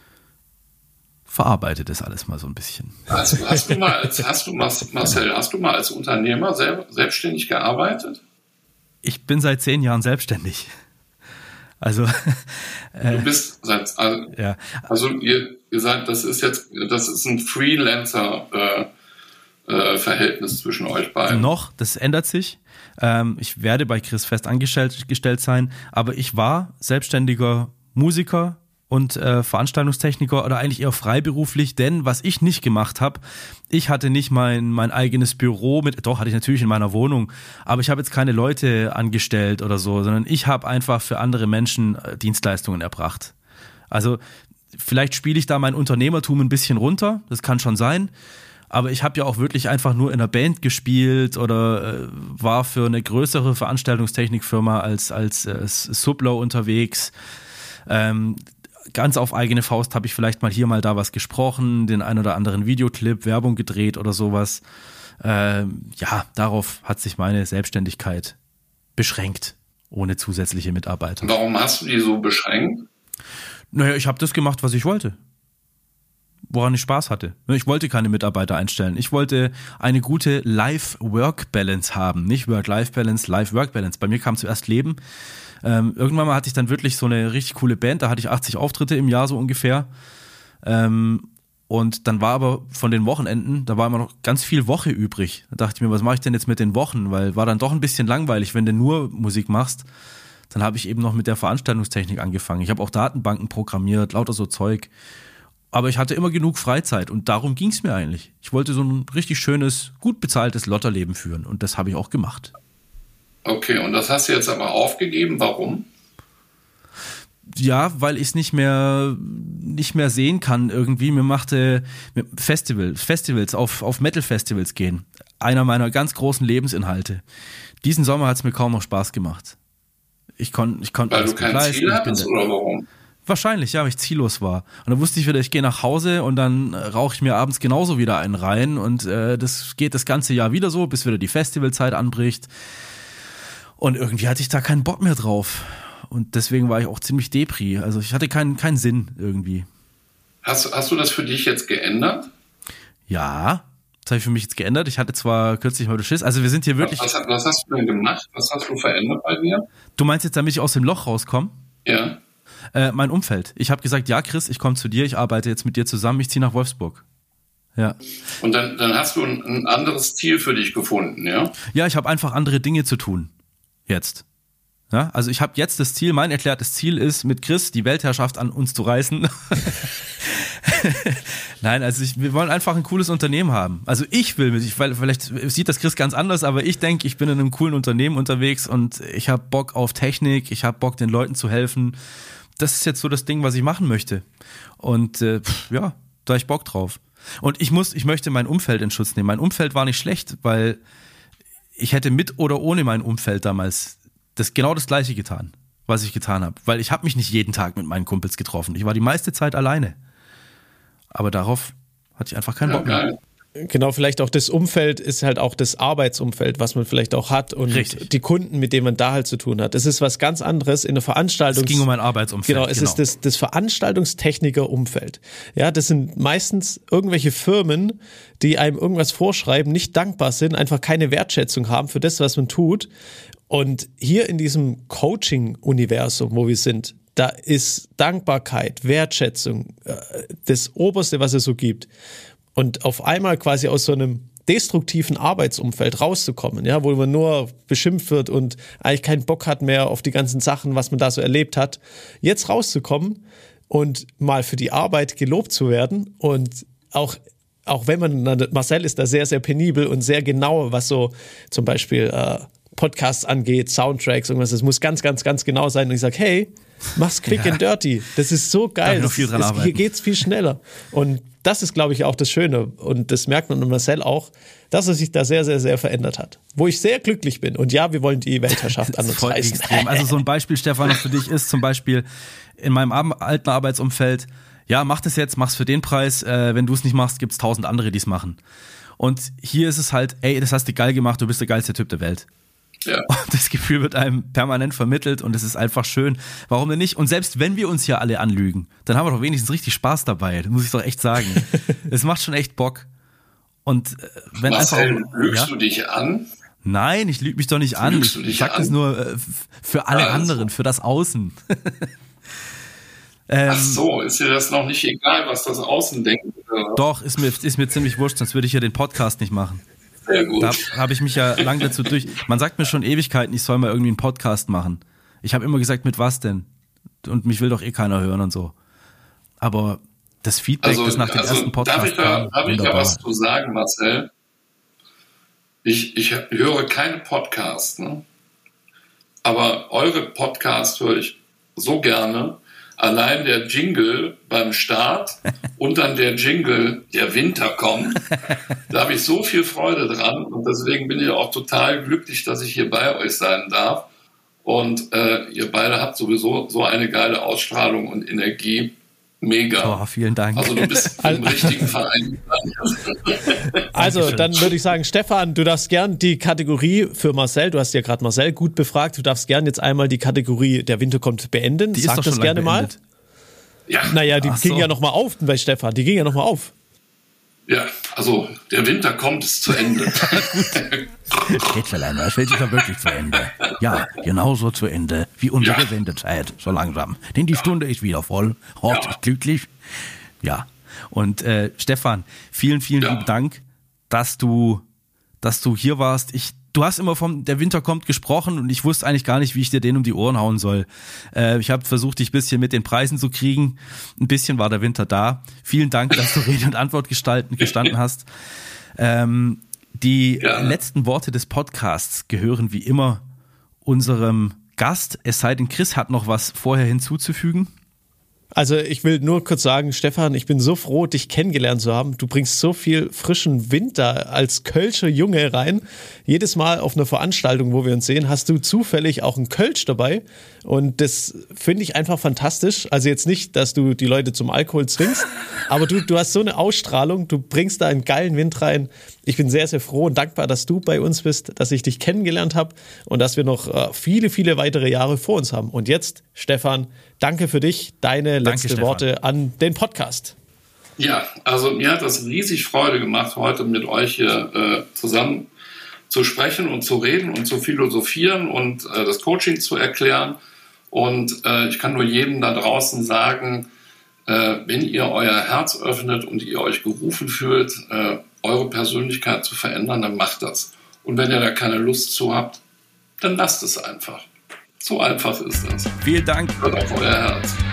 verarbeite das alles mal so ein bisschen. Hast, hast du mal als, hast du, Marcel, hast du mal als Unternehmer selb, selbstständig gearbeitet? Ich bin seit zehn Jahren selbstständig. Also äh, du bist seit also, ja. also ihr, ihr sagt, das ist jetzt das ist ein Freelancer äh, äh, Verhältnis zwischen euch beiden. Noch, das ändert sich. Ähm, ich werde bei Chris fest angestellt gestellt sein, aber ich war selbstständiger Musiker und äh, Veranstaltungstechniker oder eigentlich eher freiberuflich, denn was ich nicht gemacht habe, ich hatte nicht mein mein eigenes Büro mit, doch hatte ich natürlich in meiner Wohnung, aber ich habe jetzt keine Leute angestellt oder so, sondern ich habe einfach für andere Menschen äh, Dienstleistungen erbracht. Also vielleicht spiele ich da mein Unternehmertum ein bisschen runter, das kann schon sein, aber ich habe ja auch wirklich einfach nur in einer Band gespielt oder äh, war für eine größere Veranstaltungstechnikfirma als als äh, Sublo unterwegs. Ähm, Ganz auf eigene Faust habe ich vielleicht mal hier, mal da was gesprochen, den ein oder anderen Videoclip, Werbung gedreht oder sowas. Ähm, ja, darauf hat sich meine Selbstständigkeit beschränkt, ohne zusätzliche Mitarbeiter. Warum hast du die so beschränkt? Naja, ich habe das gemacht, was ich wollte. Woran ich Spaß hatte. Ich wollte keine Mitarbeiter einstellen. Ich wollte eine gute Life-Work-Balance haben. Nicht Work-Life-Balance, Life-Work-Balance. Bei mir kam zuerst Leben. Ähm, irgendwann mal hatte ich dann wirklich so eine richtig coole Band, da hatte ich achtzig Auftritte im Jahr so ungefähr. Ähm, und dann war aber von den Wochenenden, da war immer noch ganz viel Woche übrig. Da dachte ich mir, was mache ich denn jetzt mit den Wochen? Weil war dann doch ein bisschen langweilig, wenn du nur Musik machst. Dann habe ich eben noch mit der Veranstaltungstechnik angefangen. Ich habe auch Datenbanken programmiert, lauter so Zeug. Aber ich hatte immer genug Freizeit und darum ging es mir eigentlich. Ich wollte so ein richtig schönes, gut bezahltes Lotterleben führen und das habe ich auch gemacht. Okay, und das hast du jetzt aber aufgegeben. Warum? Ja, weil ich es nicht mehr nicht mehr sehen kann irgendwie. Mir machte Festival, Festivals auf, auf Metal-Festivals gehen. Einer meiner ganz großen Lebensinhalte. Diesen Sommer hat es mir kaum noch Spaß gemacht. Ich konnte ich konnt Weil du kein leisten. Ziel hattest oder warum? Wahrscheinlich, ja, weil ich ziellos war. Und dann wusste ich wieder, ich gehe nach Hause und dann rauche ich mir abends genauso wieder einen rein und äh, das geht das ganze Jahr wieder so, bis wieder die Festivalzeit anbricht. Und irgendwie hatte ich da keinen Bock mehr drauf. Und deswegen war ich auch ziemlich depri. Also ich hatte keinen, keinen Sinn irgendwie. Hast, hast du das für dich jetzt geändert? Ja, Das habe ich für mich jetzt geändert. Ich hatte zwar kürzlich heute Schiss. Also wir sind hier wirklich... Was, was hast du denn gemacht? Was hast du verändert bei mir? Du meinst jetzt, damit ich aus dem Loch rauskomme? Ja. Äh, mein Umfeld. Ich habe gesagt, ja Chris, ich komme zu dir, ich arbeite jetzt mit dir zusammen, ich ziehe nach Wolfsburg. Ja. Und dann, dann hast du ein, ein anderes Ziel für dich gefunden, ja? Ja, ich habe einfach andere Dinge zu tun. Jetzt. Ja, also ich habe jetzt das Ziel, mein erklärtes Ziel ist, mit Chris die Weltherrschaft an uns zu reißen. Nein, also ich, wir wollen einfach ein cooles Unternehmen haben. Also ich will, ich, vielleicht sieht das Chris ganz anders, aber ich denke, ich bin in einem coolen Unternehmen unterwegs und ich habe Bock auf Technik, ich habe Bock, den Leuten zu helfen. Das ist jetzt so das Ding, was ich machen möchte. Und äh, pff, ja, da hab ich Bock drauf. Und ich muss, ich möchte mein Umfeld in Schutz nehmen. Mein Umfeld war nicht schlecht, weil ich hätte mit oder ohne mein Umfeld damals das genau das Gleiche getan, was ich getan habe. Weil ich habe mich nicht jeden Tag mit meinen Kumpels getroffen. Ich war die meiste Zeit alleine. Aber darauf hatte ich einfach keinen Bock mehr. Genau, vielleicht auch das Umfeld ist halt auch das Arbeitsumfeld, was man vielleicht auch hat und Richtig. Die Kunden, mit denen man da halt zu tun hat. Das ist was ganz anderes in der Veranstaltung. Es ging um ein Arbeitsumfeld. Genau, es genau. ist das, das Veranstaltungstechniker-Umfeld. Ja, das sind meistens irgendwelche Firmen, die einem irgendwas vorschreiben, nicht dankbar sind, einfach keine Wertschätzung haben für das, was man tut. Und hier in diesem Coaching-Universum, wo wir sind, da ist Dankbarkeit, Wertschätzung, äh, das Oberste, was es so gibt. Und auf einmal quasi aus so einem destruktiven Arbeitsumfeld rauszukommen, ja, wo man nur beschimpft wird und eigentlich keinen Bock hat mehr auf die ganzen Sachen, was man da so erlebt hat, jetzt rauszukommen und mal für die Arbeit gelobt zu werden und auch auch wenn man, Marcel ist da sehr, sehr penibel und sehr genau, was so zum Beispiel äh, Podcasts angeht, Soundtracks, irgendwas, das muss ganz, ganz, ganz genau sein und ich sage, hey, mach's quick ja. and dirty, das ist so geil, noch viel dran das, das, hier geht's viel schneller und das ist, glaube ich, auch das Schöne und das merkt man an Marcel auch, dass er sich da sehr, sehr, sehr verändert hat. Wo ich sehr glücklich bin und ja, wir wollen die Weltherrschaft an uns reißen. Extrem. Also so ein Beispiel, Stefan, für dich ist zum Beispiel in meinem alten Arbeitsumfeld, ja, mach das jetzt, mach's für den Preis, äh, wenn du es nicht machst, gibt's tausend andere, die es machen. Und hier ist es halt, ey, das hast du geil gemacht, du bist der geilste Typ der Welt. Ja. Und das Gefühl wird einem permanent vermittelt und es ist einfach schön. Warum denn nicht? Und selbst wenn wir uns ja alle anlügen, dann haben wir doch wenigstens richtig Spaß dabei. Das muss ich doch echt sagen. Es macht schon echt Bock. Und wenn Marcel, einfach, lügst ja? du dich an? Nein, ich lüge mich doch nicht an. Lügst du Ich, dich ich sag an? das nur äh, für alle Also. anderen, für das Außen. ähm, Ach so, ist dir das noch nicht egal, was das Außen denkt? Oder? Doch, ist mir, ist mir ziemlich wurscht, sonst würde ich ja den Podcast nicht machen. Sehr gut. Da habe ich mich ja lang dazu durch. Man sagt mir schon Ewigkeiten, ich soll mal irgendwie einen Podcast machen. Ich habe immer gesagt, mit was denn? Und mich will doch eh keiner hören und so. Aber das Feedback, also, das nach dem also, ersten Podcast darf ich da, kam, darf ich da wunderbar. was zu sagen, Marcel? Ich, ich höre keine Podcasts, ne? Aber eure Podcasts höre ich so gerne. Allein der Jingle beim Start und dann der Jingle, der Winter kommt, da habe ich so viel Freude dran und deswegen bin ich auch total glücklich, dass ich hier bei euch sein darf. Und äh, ihr beide habt sowieso so eine geile Ausstrahlung und Energie. Mega. Oh, vielen Dank. Also du bist im richtigen Verein. Also dann würde ich sagen, Stefan, du darfst gern die Kategorie für Marcel, du hast ja gerade Marcel gut befragt, du darfst gern jetzt einmal die Kategorie Der Winter kommt beenden. Die Sag ist doch das schon gerne lang mal. beendet. Ja, Naja, die Ach ging so. ja nochmal auf bei Stefan, die ging ja nochmal auf. ja, also der Winter kommt, ist zu Ende. Hitzelein, das fällt sich ja wirklich zu Ende. Ja, genauso zu Ende wie unsere Ja. Sendezeit, so langsam. Denn die Stunde ist wieder voll. Hort Ja. ist glücklich. Ja. Und äh, Stefan, vielen, vielen Ja. lieben Dank, dass du, dass du hier warst. Ich, du hast immer vom Der Winter kommt gesprochen und ich wusste eigentlich gar nicht, wie ich dir den um die Ohren hauen soll. Äh, ich habe versucht, dich ein bisschen mit den Preisen zu kriegen. Ein bisschen war der Winter da. Vielen Dank, dass du Rede und Antwort gestalten, gestanden hast. Ähm, die Gerne. letzten Worte des Podcasts gehören wie immer unserem Gast. Es sei denn, Chris hat noch was vorher hinzuzufügen. Also ich will nur kurz sagen, Stefan, ich bin so froh, dich kennengelernt zu haben. Du bringst so viel frischen Wind da als Kölscher Junge rein. Jedes Mal auf einer Veranstaltung, wo wir uns sehen, hast du zufällig auch einen Kölsch dabei. Und das finde ich einfach fantastisch. Also jetzt nicht, dass du die Leute zum Alkohol zwingst, aber du, du hast so eine Ausstrahlung, du bringst da einen geilen Wind rein. Ich bin sehr, sehr froh und dankbar, dass du bei uns bist, dass ich dich kennengelernt habe und dass wir noch äh, viele, viele weitere Jahre vor uns haben. Und jetzt, Stefan, danke für dich, deine letzte Stefan. Worte an den Podcast. Ja, also mir hat das riesig Freude gemacht, heute mit euch hier äh, zusammen zu sprechen und zu reden und zu philosophieren und äh, das Coaching zu erklären. Und äh, ich kann nur jedem da draußen sagen, äh, wenn ihr euer Herz öffnet und ihr euch gerufen fühlt, äh, eure Persönlichkeit zu verändern, dann macht das. Und wenn ihr da keine Lust zu habt, dann lasst es einfach. So einfach ist das. Vielen Dank. Hört auf euer Herz.